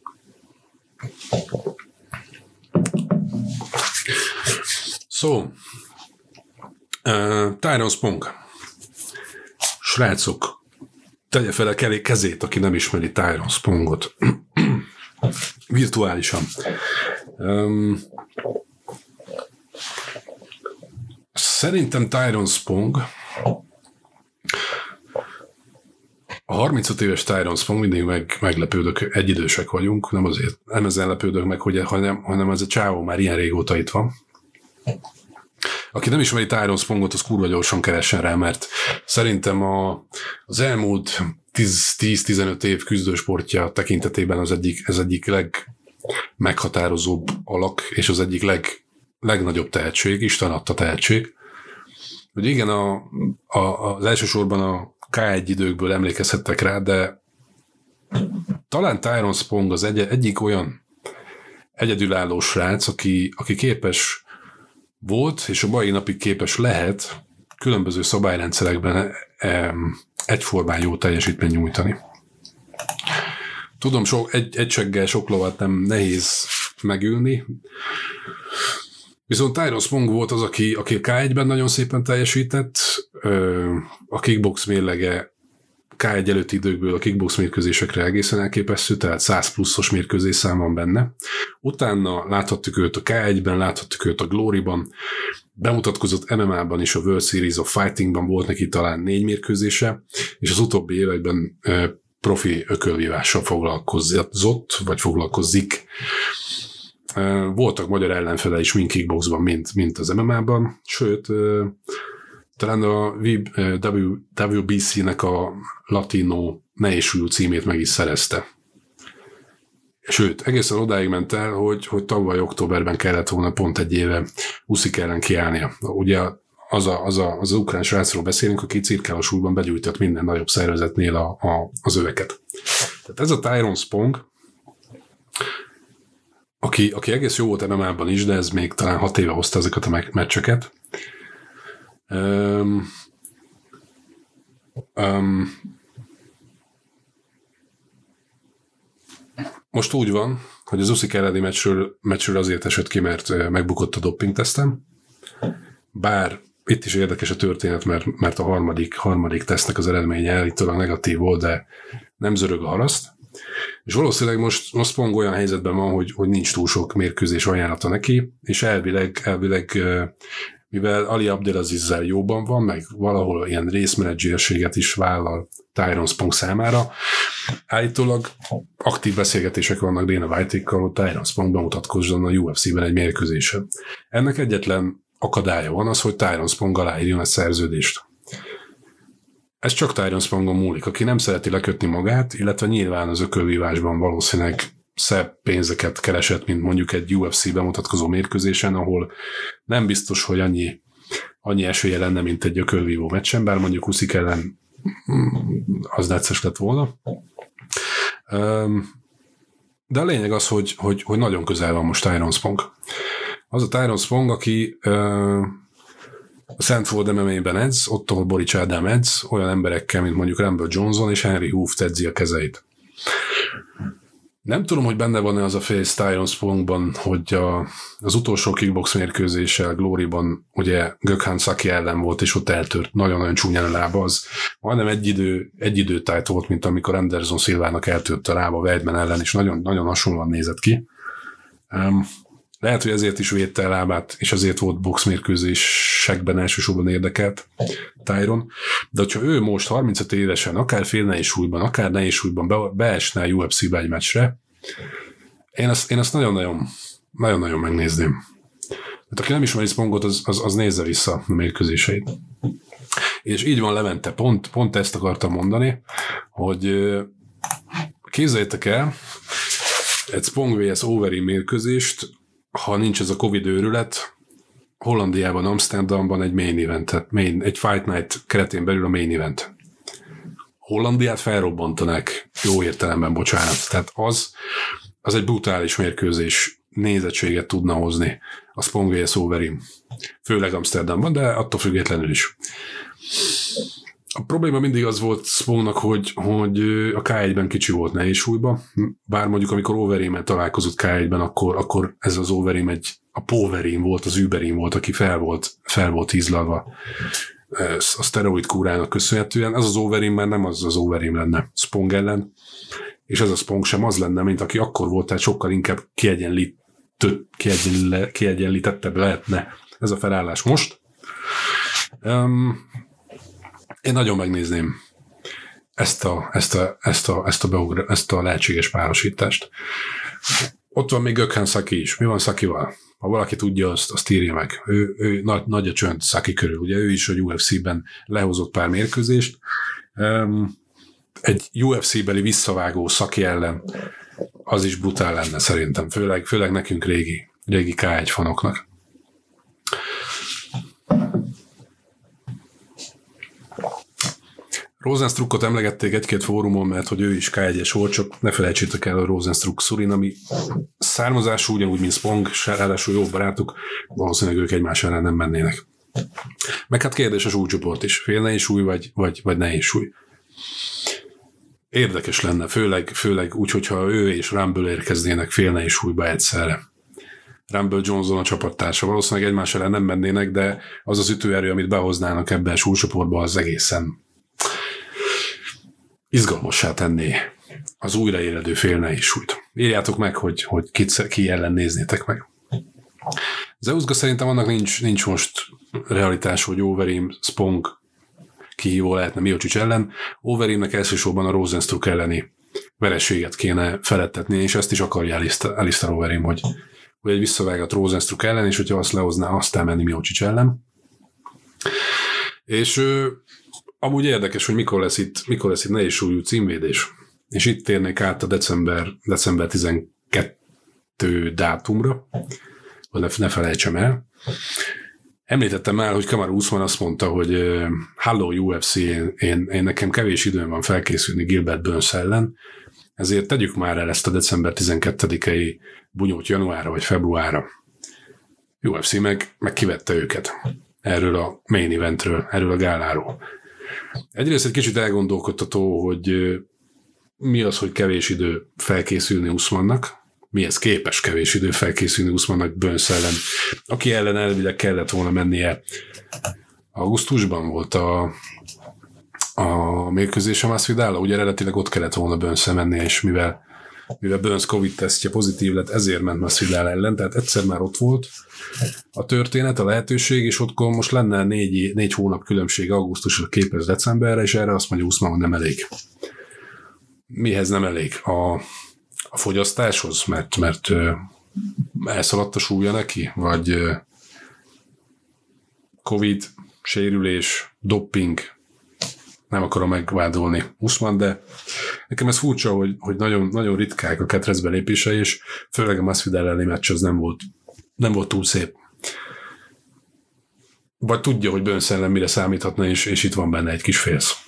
Szó. Uh, Tyrone Spong. Srácok, tegye fel a kezét, aki nem ismeri Tyrone Spongot. Virtuálisan. Um, szerintem Tyrone Spong a harmincöt éves Tyrone Spong, mindig meg, meglepődök, egyidősek vagyunk, nem azért, nem ezzel lepődök meg, hogy, hanem, hanem ez a csávó már ilyen régóta itt van. Aki nem ismeri Tyrone Spongot, az kurva gyorsan keressen rá, mert szerintem a, az elmúlt tíz-tizenöt év küzdősportja tekintetében az egyik, ez egyik legmeghatározóbb alak, és az egyik leg, legnagyobb tehetség, Isten adta tehetség. Hogy igen, a, a, az elsősorban a ká egy időkből emlékezhettek rá, de talán Tyrone Spong az egy, egyik olyan egyedülálló srác, aki, aki képes volt, és a mai napig képes lehet különböző szabályrendszerekben egyformán jó teljesítmény nyújtani. Tudom, so, egy, egy seggel sok lovat nem nehéz megülni, viszont Tyrone Spong volt az, aki, aki ká egyben nagyon szépen teljesített, a kickbox mérlege ká egy előtti időkből a kickbox mérkőzésekre egészen elképesztő, tehát száz pluszos mérkőzésszám van benne. Utána láthattuk őt a ká egyben, láthattuk őt a Gloryban, bemutatkozott em em á-ban is, a World Series of Fightingban volt neki talán négy mérkőzése, és az utóbbi években profi ökölvívással foglalkozott, vagy foglalkozzik. Voltak magyar ellenfele is, mind kickboxban, mint, mint az em em á-ban, sőt, talán a dupla vé bé cé-nek a Latino nehéz súlyú címét meg is szerezte. Sőt, egészen odáig ment el, hogy, hogy tavaly októberben kellett volna pont egy éve Usyk ellen kiállnia. Ugye az, a, az, a, az, az ukrán srácról beszélünk, aki cirkáló súlyban begyújtott minden nagyobb szervezetnél a, a, az öveket. Tehát ez a Tyrone Spong, aki, aki egész jó volt em em á-ban is, de ez még talán hat éve hozta ezeket a meccseket. Um, um, most úgy van, hogy az Usyk elleni meccsről, meccsről azért esett ki, mert megbukott a dopingtesztem. Bár itt is érdekes a történet, mert, mert a harmadik, harmadik tesztnek az eredménye állítólag negatív volt, de nem zörög a haraszt. És valószínűleg most, most Spong olyan helyzetben van, hogy, hogy nincs túl sok mérkőzés ajánlata neki, és elvileg, elvileg mivel Ali Abdelaziz-zel jóban van, meg valahol ilyen részmenedzserséget is vállal Tyrone Spong számára, állítólag aktív beszélgetések vannak Dana White-ékkal, hogy Tyrone Spong bemutatkozzon a u ef cé-ben egy mérkőzésen. Ennek egyetlen akadálya van az, hogy Tyrone Spong aláírjon egy szerződést. Ez csak Tyrone Spongon múlik, aki nem szereti lekötni magát, illetve nyilván az ökölvívásban valószínűleg szebb pénzeket keresett, mint mondjuk egy u ef cé bemutatkozó mérkőzésen, ahol nem biztos, hogy annyi, annyi esélye lenne, mint egy ökölvívó meccsen, bár mondjuk Usyk ellen az necces lett volna. De a lényeg az, hogy, hogy, hogy nagyon közel van most Tyrone Spong. Az a Tyrone Spong, aki a Sanford em em á-ben edz, ott, ahol Borics Ádám edz, olyan emberekkel, mint mondjuk Rumble Johnson és Henry Hooft edzi a kezeit. Nem tudom, hogy benne van-e az a face Tyrone Spongban, hogy a, az utolsó kickbox mérkőzéssel Gloryban ugye Gökhan Saki ellen volt, és ott eltört nagyon-nagyon csúnyán a lába, az majdnem egy idő, egy időtájt volt, mint amikor Anderson Silvának eltört a lába Weidman ellen, és nagyon, nagyon hasonlóan nézett ki. Um, lehet, hogy ezért is védte a lábát, és ezért volt boxmérkőzésekben elsősorban érdekelt Tyrone. De hogyha ő most harmincöt évesen, akár fél nehéz súlyban, akár nehéz súlyban be, beesne a u ef cé-be egy meccsre, én azt, én azt nagyon-nagyon, nagyon-nagyon megnézném. Hát aki nem ismeri Spongot, az, az, az nézze vissza a mérkőzéseit. És így van Levente, pont, pont ezt akartam mondani, hogy képzeljétek el, egy Spong versus Overeem mérkőzést, ha nincs ez a Covid őrület, Hollandiában, Amsterdamban egy main event, tehát main, egy Fight Night keretén belül a main event. Hollandiát felrobbantanák, jó értelemben, bocsánat. Tehát az, az egy brutális mérkőzés, nézettséget tudna hozni a Spong versus Overeem. Főleg Amsterdamban, de attól függetlenül is. A probléma mindig az volt Spongnak, hogy, hogy a ká egyben kicsi volt nehéz súlyba, bár mondjuk amikor Overeem-en találkozott ká egyben, akkor, akkor ez az Overeem egy, a Povereem volt, az Übereem volt, aki fel volt, fel volt ízlalva a szteroid kúrának köszönhetően. Ez az Overeem már nem az az Overeem lenne Spong ellen, és ez a Spong sem az lenne, mint aki akkor volt, tehát sokkal inkább kiegyenlített, kiegyenlítettebb lehetne ez a felállás most. Um, Én nagyon megnézném ezt a, ezt a, ezt a, ezt a, beugra, ezt a lehetséges párosítást. Ott van még Gökhan Saki is. Mi van Sakival? Ha valaki tudja, azt, azt írja meg. Ő, ő nagy, nagy a csönd Saki körül. Ugye ő is a u ef cé-ben lehozott pár mérkőzést. Egy u ef cé-beli visszavágó Saki ellen az is brutál lenne szerintem. Főleg, főleg nekünk régi, régi ká egy fanoknak. Rosenstruckot emlegették egy-két fórumon, mert hogy ő is ká egyes volt, csak ne felejtsétek el, a Rosenstruck Surinami származású, ugyanúgy, mint Spong, ráadásul jó barátuk, valószínűleg ők egymás ellen nem mennének. Meg hát kérdés a súlycsoport is, fél nehéz súly, vagy, vagy, vagy nehéz súly. Érdekes lenne, főleg, főleg úgy, hogyha ő és Rumble érkeznének fél nehéz súlyba egyszerre. Rumble Johnson a csapattársa, valószínűleg egymás ellen nem mennének, de az az ütőerő, amit behoznának ebben a súlycsoportba, az egészen izgalmassá tenné az újraéledő fél nehéz súlyt. Írjátok meg, hogy, hogy kit, ki ellen néznétek meg. Zeuzga szerintem annak nincs, nincs most realitás, hogy Overeem, Spong kihívó lehetne Miocic ellen. Overeemnek elsősorban a Rosenstruck elleni vereséget kéne felettetni, és ezt is akarja Alistair Overeem, hogy, hogy egy visszavágat Rosenstruck ellen, és hogyha azt lehozná, azt elmenni Miocic ellen. És ö, amúgy érdekes, hogy mikor lesz itt, mikor lesz itt nehéz súlyú címvédés. És itt térnék át a december, december tizenkettő dátumra, hogy ne, ne felejtsem el. Említettem el, hogy Kamaru Usman azt mondta, hogy uh, hello U F C, én, én, én nekem kevés időm van felkészülni Gilbert Burns ellen, ezért tegyük már el ezt a december tizenkettedikei bunyót januárra vagy februárra. U F C meg, meg kivette őket erről a main eventről, erről a gáláról. Egyrészt egy kicsit elgondolkodtató, hogy uh, mi az, hogy kevés idő felkészülni Usmannak, mihez képes kevés idő felkészülni Usmannak Burns ellen, aki ellen elvileg kellett volna mennie. Augusztusban volt a, a mérkőzés a Masvidal, ugye eredetileg ott kellett volna Burns-el mennie, és mivel, mivel Burns Covid-tesztje pozitív lett, ezért ment Masvidal ellen, tehát egyszer már ott volt a történet, a lehetőség, és ott most lenne négy, négy hónap különbség augusztusra képes decemberre, és erre azt mondja Usman, hogy nem elég. Mihez nem elég? A A fogyasztáshoz, mert, mert ö, elszaladt a súlya neki, vagy ö, Covid, sérülés, dopping, nem akarom megvádolni Usman, de nekem ez furcsa, hogy, hogy nagyon, nagyon ritkák a ketrecbe lépései, és főleg a Masvidal elleni meccs az nem volt, nem volt túl szép. Vagy tudja, hogy Burns ellen mire számíthatna, és, és itt van benne egy kis félsz.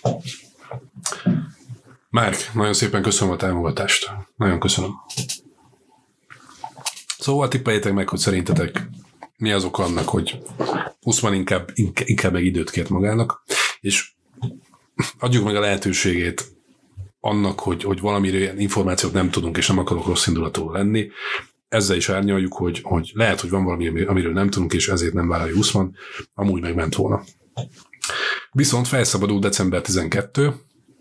Márk, nagyon szépen köszönöm a támogatást. Nagyon köszönöm. Szóval tippeljétek meg, hogy szerintetek mi az ok annak, hogy Usman inkább, inkább meg időt kért magának, és adjuk meg a lehetőségét annak, hogy, hogy valamire információt nem tudunk, és nem akarok rossz indulatú lenni. Ezzel is árnyaljuk, hogy, hogy lehet, hogy van valami, amiről nem tudunk, és ezért nem vállalja Usman, amúgy megment volna. Viszont felszabadul december tizenkettő,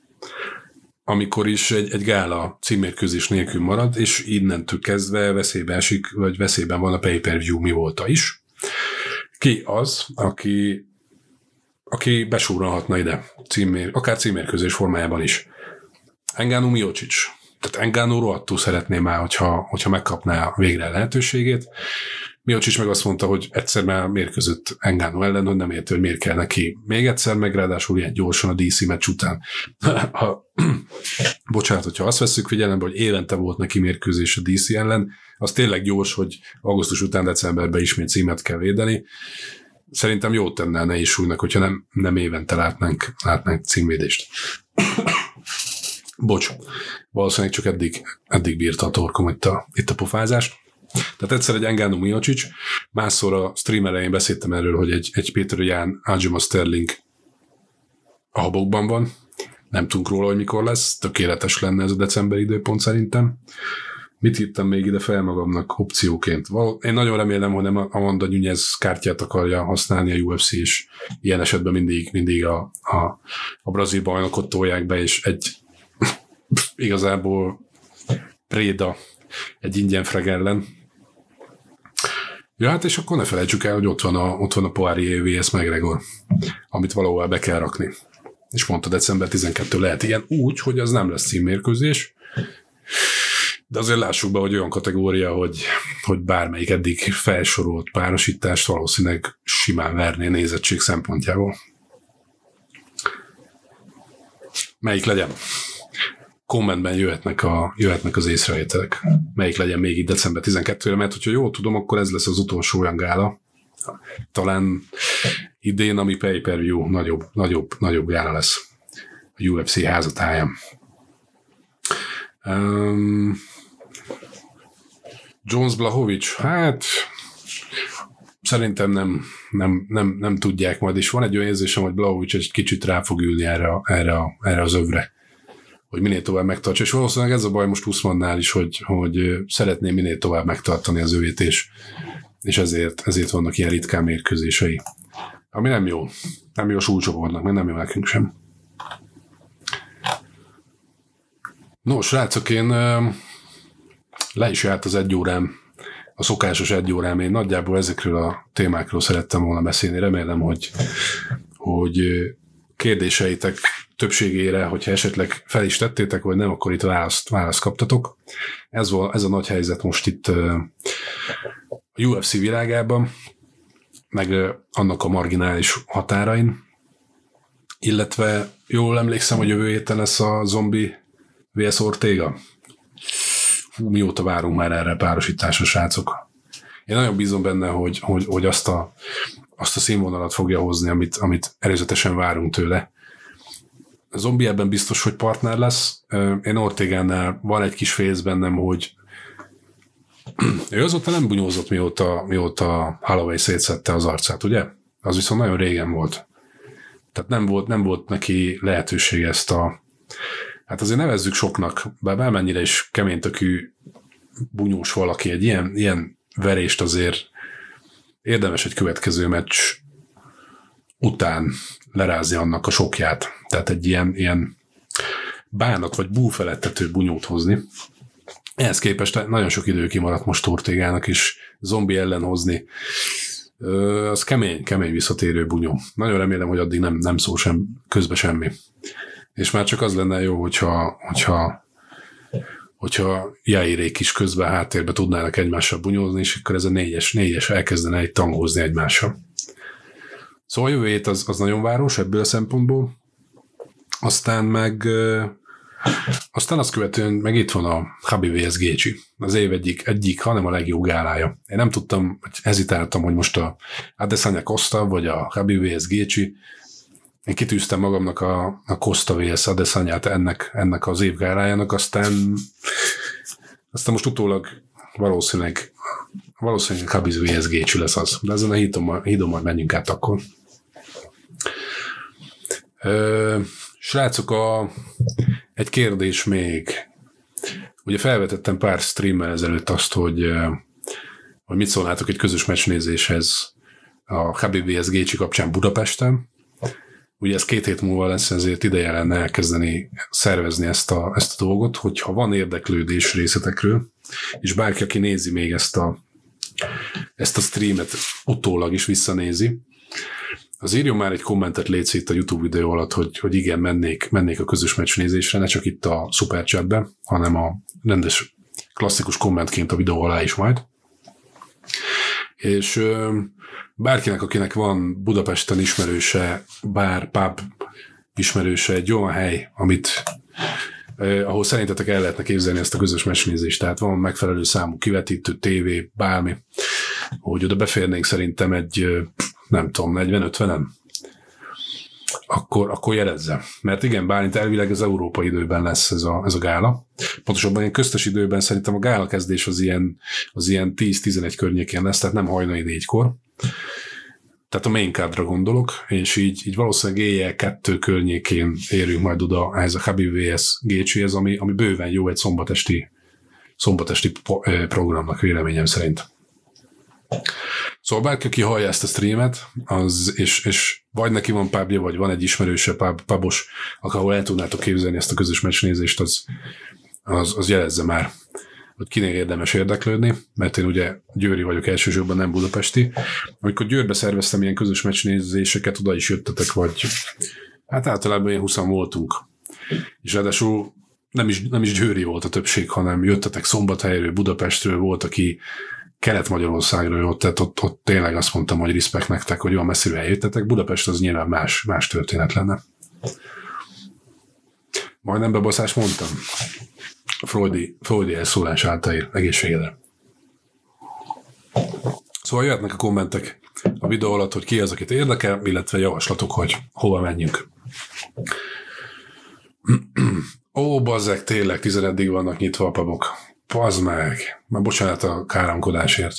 amikor is egy, egy gála címmérkőzés nélkül marad, és innentől kezdve veszélyben esik, vagy veszélyben van a pay-per-view mi volta is. Ki az, aki, aki besúrolhatna ide, címmér, akár címmérkőzés formájában is? Ngannou Miocic. Tehát Ngannou rohadtul szeretné már, hogyha, hogyha megkapná végre lehetőségét. Miocic meg azt mondta, hogy egyszer már mérkőzött Ngannou ellen, hogy nem érti, hogy miért kell neki még egyszer, meg ráadásul ilyen gyorsan a dé cé meccs után. Ha, bocsánat, hogyha azt vesszük figyelembe, hogy évente volt neki mérkőzés a dé cé ellen, az tényleg gyors, hogy augusztus után decemberben ismét címet kell védeni. Szerintem jót tenne a nehéz súlynak, hogyha nem, nem évente látnánk, látnánk címvédést. Bocs, valószínűleg csak eddig, eddig bírta a torkom itt a, itt a pofázást. Tehát egyszer egy Ngannou Miocic, másszor a stream elején beszéltem erről, hogy egy, egy Péter Ján Aljamain Sterling a habokban van. Nem tudunk róla, hogy mikor lesz. Tökéletes lenne ez a decemberi időpont szerintem. Mit írtam még ide fel magamnak opcióként? Én nagyon remélem, hogy nem Amanda Nunes kártyát akarja használni a U F C, és ilyen esetben mindig, mindig a, a, a brazil bajnokot tolják be, és egy igazából Préda egy ingyen frag ellen. Ja, hát és akkor ne felejtsük el, hogy ott van a, ott van a Poirier versus McGregor, amit valahol be kell rakni. És pont a december tizenkettő lehet ilyen úgy, hogy az nem lesz címmérkőzés, de azért lássuk be, hogy olyan kategória, hogy, hogy bármelyik eddig felsorolt párosítást valószínűleg simán verné nézettség szempontjából. Melyik legyen? Kommentben jöhetnek, a, jöhetnek az észrevételek. Melyik legyen még itt december tizenkettőre, mert hogyha jól tudom, akkor ez lesz az utolsó olyan gála. Talán idén, ami pay-per-view nagyobb, nagyobb, nagyobb gála lesz a U F C házatáján. Um, Jones Blachowicz, hát szerintem nem, nem, nem, nem tudják majd, és van egy olyan érzésem, hogy Blachowicz egy kicsit rá fog ülni erre, erre, erre az övre, hogy minél tovább megtartsa, és valószínűleg ez a baj most Usmannál is, hogy, hogy szeretné minél tovább megtartani az övét, és, és ezért, ezért vannak ilyen ritkán mérkőzései. Ami nem jó. Nem jó a súlycsoportnak, mert nem jó nekünk sem. No, srácok, én le is járt az egy órám, a szokásos egy órám. Én nagyjából ezekről a témákról szerettem volna beszélni. Remélem, hogy, hogy kérdéseitek többségére, hogyha esetleg fel is tettétek, vagy nem, akkor itt választ, választ kaptatok. Ez, volt, ez a nagy helyzet most itt a U F C világában, meg annak a marginális határain, illetve jól emlékszem, hogy jövő héten lesz a Zombi versus Ortega. Hú, mióta várunk már erre párosításra, srácok. Én nagyon bízom benne, hogy, hogy, hogy azt, a, azt a színvonalat fogja hozni, amit, amit előzetesen várunk tőle. A Zombi ebben biztos, hogy partner lesz. Én Ortegánál van egy kis félsz bennem, hogy ő azóta nem bunyózott, mióta, mióta Holloway szétszette az arcát, ugye? Az viszont nagyon régen volt. Tehát nem volt, nem volt neki lehetőség ezt a... Hát azért nevezzük soknak, bár bármennyire is keménytökű bunyós valaki, egy ilyen, ilyen verést azért érdemes egy következő meccs után lerázni annak a sokját. Tehát egy ilyen, ilyen bánat vagy búfelettető bunyót hozni. Ehhez képest nagyon sok idő kimaradt most Ortegának is Zombi ellen hozni. Ö, az kemény, kemény visszatérő bunyó. Nagyon remélem, hogy addig nem, nem szól sem, közbe semmi. És már csak az lenne jó, hogyha, hogyha, hogyha Jairék is közben háttérbe tudnának egymással bunyózni, és akkor ez a négyes, négyes elkezdene egy tangózni egymással. Szóval a jövő hét az, az nagyon város ebből a szempontból. Aztán meg aztán azt követően meg itt van a Khabib versus Gaethje. Az év egyik, egyik, hanem a legjobb gálája. Én nem tudtam, hezitáltam, hogy most a Adesanya Costa vagy a Khabib versus Gaethje. Én kitűztem magamnak a, a Costa versus Adesanyát ennek, ennek az év gálájának, aztán aztán most utólag valószínűleg valószínűleg Khabib versus Gaethje lesz az. De ezen a hídon, hídon majd menjünk át akkor. Ö, srácok, a, egy kérdés még. Ugye felvetettem pár streammel ezelőtt azt, hogy, hogy mit szólnátok egy közös meccsnézéshez a Khabib versus Gaethje kapcsán Budapesten. Ugye ez két hét múlva lesz, ezért ideje lenne elkezdeni szervezni ezt a, ezt a dolgot, hogyha van érdeklődés részletekről, és bárki, aki nézi még ezt a, ezt a streamet, utólag is visszanézi, az írjon már egy kommentet létsz itt a YouTube videó alatt, hogy, hogy igen, mennék, mennék a közös meccsnézésre, ne csak itt a Superchatben, hanem a rendes klasszikus kommentként a videó alá is majd. És bárkinek, akinek van Budapesten ismerőse, bár pub ismerőse, egy olyan hely, amit, eh, ahol szerintetek el lehetne képzelni ezt a közös meccsnézést, tehát van megfelelő számú kivetítő, tévé, bármi, hogy oda beférnénk szerintem egy, nem tudom, negyven-ötvenen, akkor, akkor jelezze. Mert igen, Bálint elvileg az európai időben lesz ez a, ez a gála. Pontosabban ilyen köztes időben szerintem a gála kezdés az ilyen, az ilyen tíz-tizenegy környékén lesz, tehát nem hajnali négykor. Tehát a main cardra gondolok, és így, így valószínűleg éjjel kettő környékén érünk majd oda ez a Khabib versus Gaethje, ez ami, ami bőven jó egy szombatesti, szombatesti programnak véleményem szerint. Szóval bárki, aki hallja ezt a streamet, az, és, és vagy neki van pubja, vagy van egy ismerőse pub, pubos, ahol el tudnátok képzelni ezt a közös meccsnézést, az, az, az jelezze már, hogy kinél érdemes érdeklődni, mert én ugye győri vagyok elsősorban, nem budapesti. Amikor Győrbe szerveztem ilyen közös meccsnézéseket, oda is jöttetek, vagy hát általában ilyen húszan voltunk. És ráadásul nem is, nem is győri volt a többség, hanem jöttetek Szombathelyről, Budapestről, volt, aki Kelet-Magyarországról jött, tehát ott, ott tényleg azt mondtam, hogy respekt nektek, hogy olyan messziről eljöttetek. Budapest az nyilván más, más történet lenne. Majdnem bebaszást mondtam. Freudi, Freudi elszólás által egészségedre. Szóval jöhetnek a kommentek a videó alatt, hogy ki az, akit érdekel, illetve javaslatok, hogy hova menjünk. Ó, bazzeg, tényleg tizeneddig vannak nyitva a pubok. Pazd meg! Már bocsánat a káromkodásért.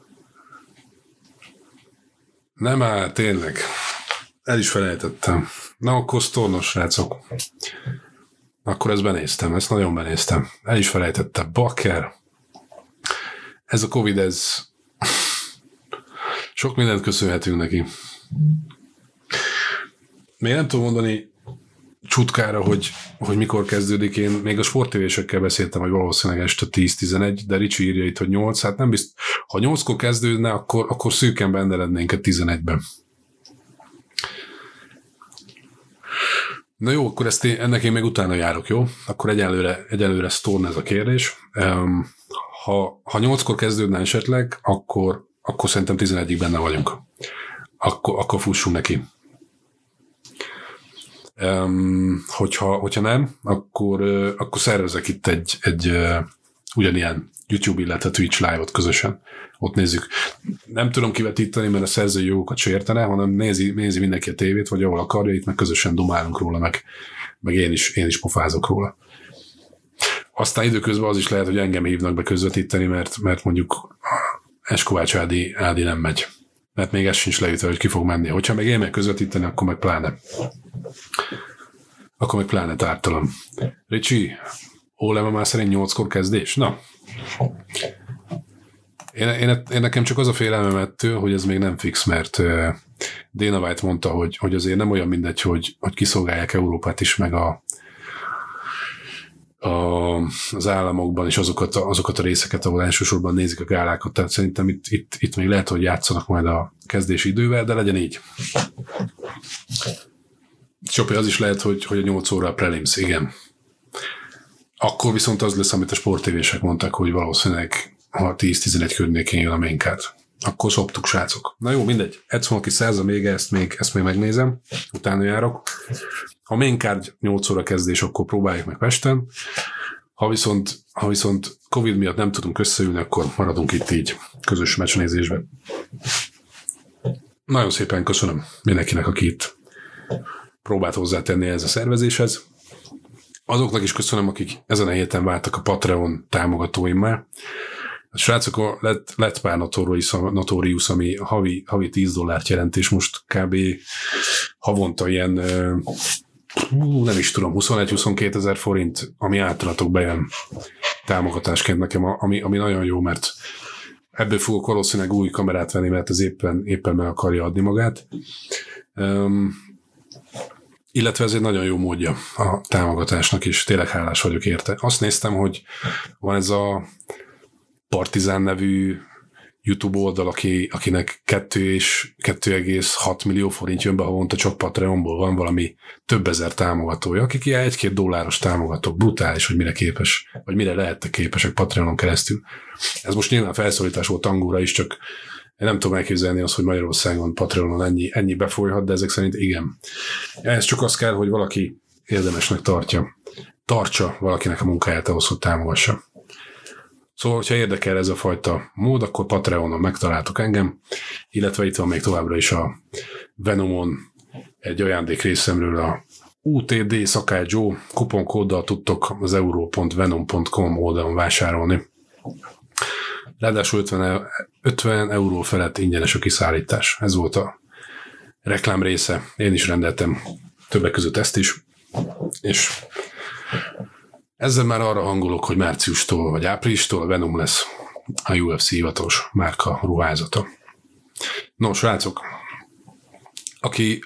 Nem áll, tényleg. El is felejtettem. Na, akkor sztornos, srácok. Akkor ezt benéztem, ezt nagyon benéztem. El is felejtettem. Bakker. Ez a Covid, ez sok mindent köszönhetünk neki. Még nem tudom mondani csutkára, hogy, hogy mikor kezdődik. Én még a sporttévésekkel beszéltem, hogy valószínűleg este tíz-tizenegy, de Ricsi írja itt, hogy nyolc. Hát nem bizt, ha nyolckor kezdődne, akkor, akkor szűken benne lennénk a tizenegyben. Na jó, akkor ezt én, ennek én még utána járok, jó? Akkor egyelőre, egyelőre sztorn ez a kérdés. Um, ha, ha nyolckor kezdődne esetleg, akkor, akkor szerintem tizenegyig benne vagyunk. Akkor, akkor fussunk neki. Um, hogyha, hogyha nem, akkor, uh, akkor szervezek itt egy, egy uh, ugyanilyen YouTube, illetve Twitch live-ot közösen. Ott nézzük. Nem tudom kivetíteni, mert a szerzői jogokat sértene, hanem nézi, nézi mindenki a tévét, vagy ahol akarja, itt meg közösen dumálunk róla, meg, meg én, is, én is pofázok róla. Aztán időközben az is lehet, hogy engem hívnak be közvetíteni, mert, mert mondjuk Eskovács Ádi, Ádi nem megy. Mert még ez sincs leütve, hogy ki fog menni. Hogyha meg én meg közvetíteni, akkor meg pláne. Akkor meg pláne tártalan. Ricsi, Ólema már szerint nyolckor kezdés? Na. Én, én, én nekem csak az a félelmem ettől, hogy ez még nem fix, mert uh, Dana White mondta, hogy, hogy azért nem olyan mindegy, hogy, hogy kiszolgálják Európát is, meg a, a, az államokban is azokat a, azokat a részeket, ahol elsősorban nézik a gálákat. Tehát szerintem itt, itt, itt még lehet, hogy játszanak majd a kezdési idővel, de legyen így. Csopi, az is lehet, hogy, hogy a nyolc óra a prelims, igen. Akkor viszont az lesz, amit a sporttévések mondták, hogy valószínűleg ha tíz-tizenegy környékén jön a maincard. Akkor szoptuk, srácok. Na jó, mindegy. Edson, aki százza még, ezt még, ezt még megnézem. Utána járok. Ha maincard nyolc óra kezdés, akkor próbáljuk meg Pesten. Ha viszont, ha viszont Covid miatt nem tudunk összeülni, akkor maradunk itt így közös meccsnézésben. Nagyon szépen köszönöm mindenkinek, aki itt próbált hozzátenni ez a szervezéshez. Azoknak is köszönöm, akik ezen a héten váltak a Patreon támogatóimmá. A srácok, lett, lett pár Notorious, ami havi, havi tíz dollárt jelent, és most kb. Havonta ilyen, uh, nem is tudom, huszonegy-huszonkettő ezer forint, ami általatok bejön támogatásként nekem, ami, ami nagyon jó, mert ebből fogok valószínűleg új kamerát venni, mert ez éppen, éppen meg akarja adni magát. Um, illetve ez egy nagyon jó módja a támogatásnak, és tényleg hálás vagyok érte. Azt néztem, hogy van ez a Partizán nevű YouTube oldal, aki, akinek kettő egész hat millió forint jön be havonta, csak Patreonból van valami több ezer támogatója, akik ilyen egy-két dolláros támogatók. Brutális, hogy mire képes, vagy mire lehettek képesek Patreonon keresztül. Ez most nyilván felszólítás volt angolra is, csak én nem tudom elképzelni azt, hogy Magyarországon Patreonon ennyi, ennyi befolyhat, de ezek szerint igen. Ez csak az kell, hogy valaki érdemesnek tartja, tartsa valakinek a munkáját ahhoz, hogy támogassa. Szóval, hogyha érdekel ez a fajta mód, akkor Patreonon megtaláltok engem, illetve itt van még továbbra is a Venomon egy ajándék részemről a u té dé Szakály Joe kuponkóddal tudtok az euro pont venom pont com oldalon vásárolni. Ráadásul ötven euró felett ingyenes a kiszállítás. Ez volt a reklám része. Én is rendeltem többek között ezt is, és ezzel már arra hangolok, hogy márciustól vagy áprilistól a Venom lesz a u ef cé hivatalos márka ruházata. No, srácok, aki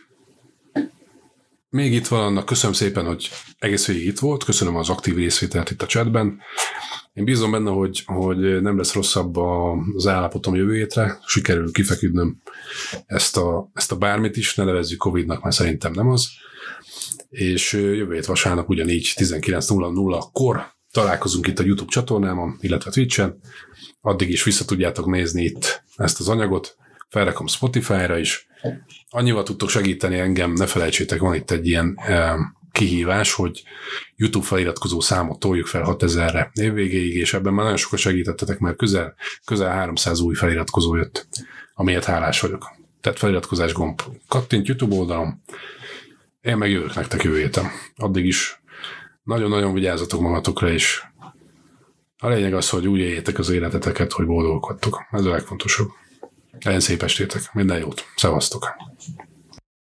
még itt van, annak köszönöm szépen, hogy egész végig itt volt, köszönöm az aktív részvételt itt a chatben. Én bízom benne, hogy, hogy nem lesz rosszabb az állapotom jövő hétre, sikerül kifeküdnöm ezt a, ezt a bármit is, ne nevezzük Covidnak, mert szerintem nem az. És jövő hét vasárnap ugyanígy tizenkilenc nulla nulla-kor találkozunk itt a YouTube csatornámon, illetve Twitchen. Addig is vissza tudjátok nézni itt ezt az anyagot. Felrakom Spotify-ra is. Annyival tudtok segíteni engem, ne felejtsétek, van itt egy ilyen eh, kihívás, hogy YouTube feliratkozó számot toljuk fel hatezerre évvégéig, és ebben már nagyon sokat segítettetek, mert közel, közel háromszáz új feliratkozó jött, amiért hálás vagyok. Tehát feliratkozás gomb. Kattint YouTube oldalon. Én meg jövök nektek jövő héten. Addig is nagyon-nagyon vigyázzatok magatokra, és a lényeg az, hogy úgy éljétek az életeteket, hogy boldogok vagytok. Ez a legfontosabb. Legyen szép estétek. Minden jót. Szevasztok.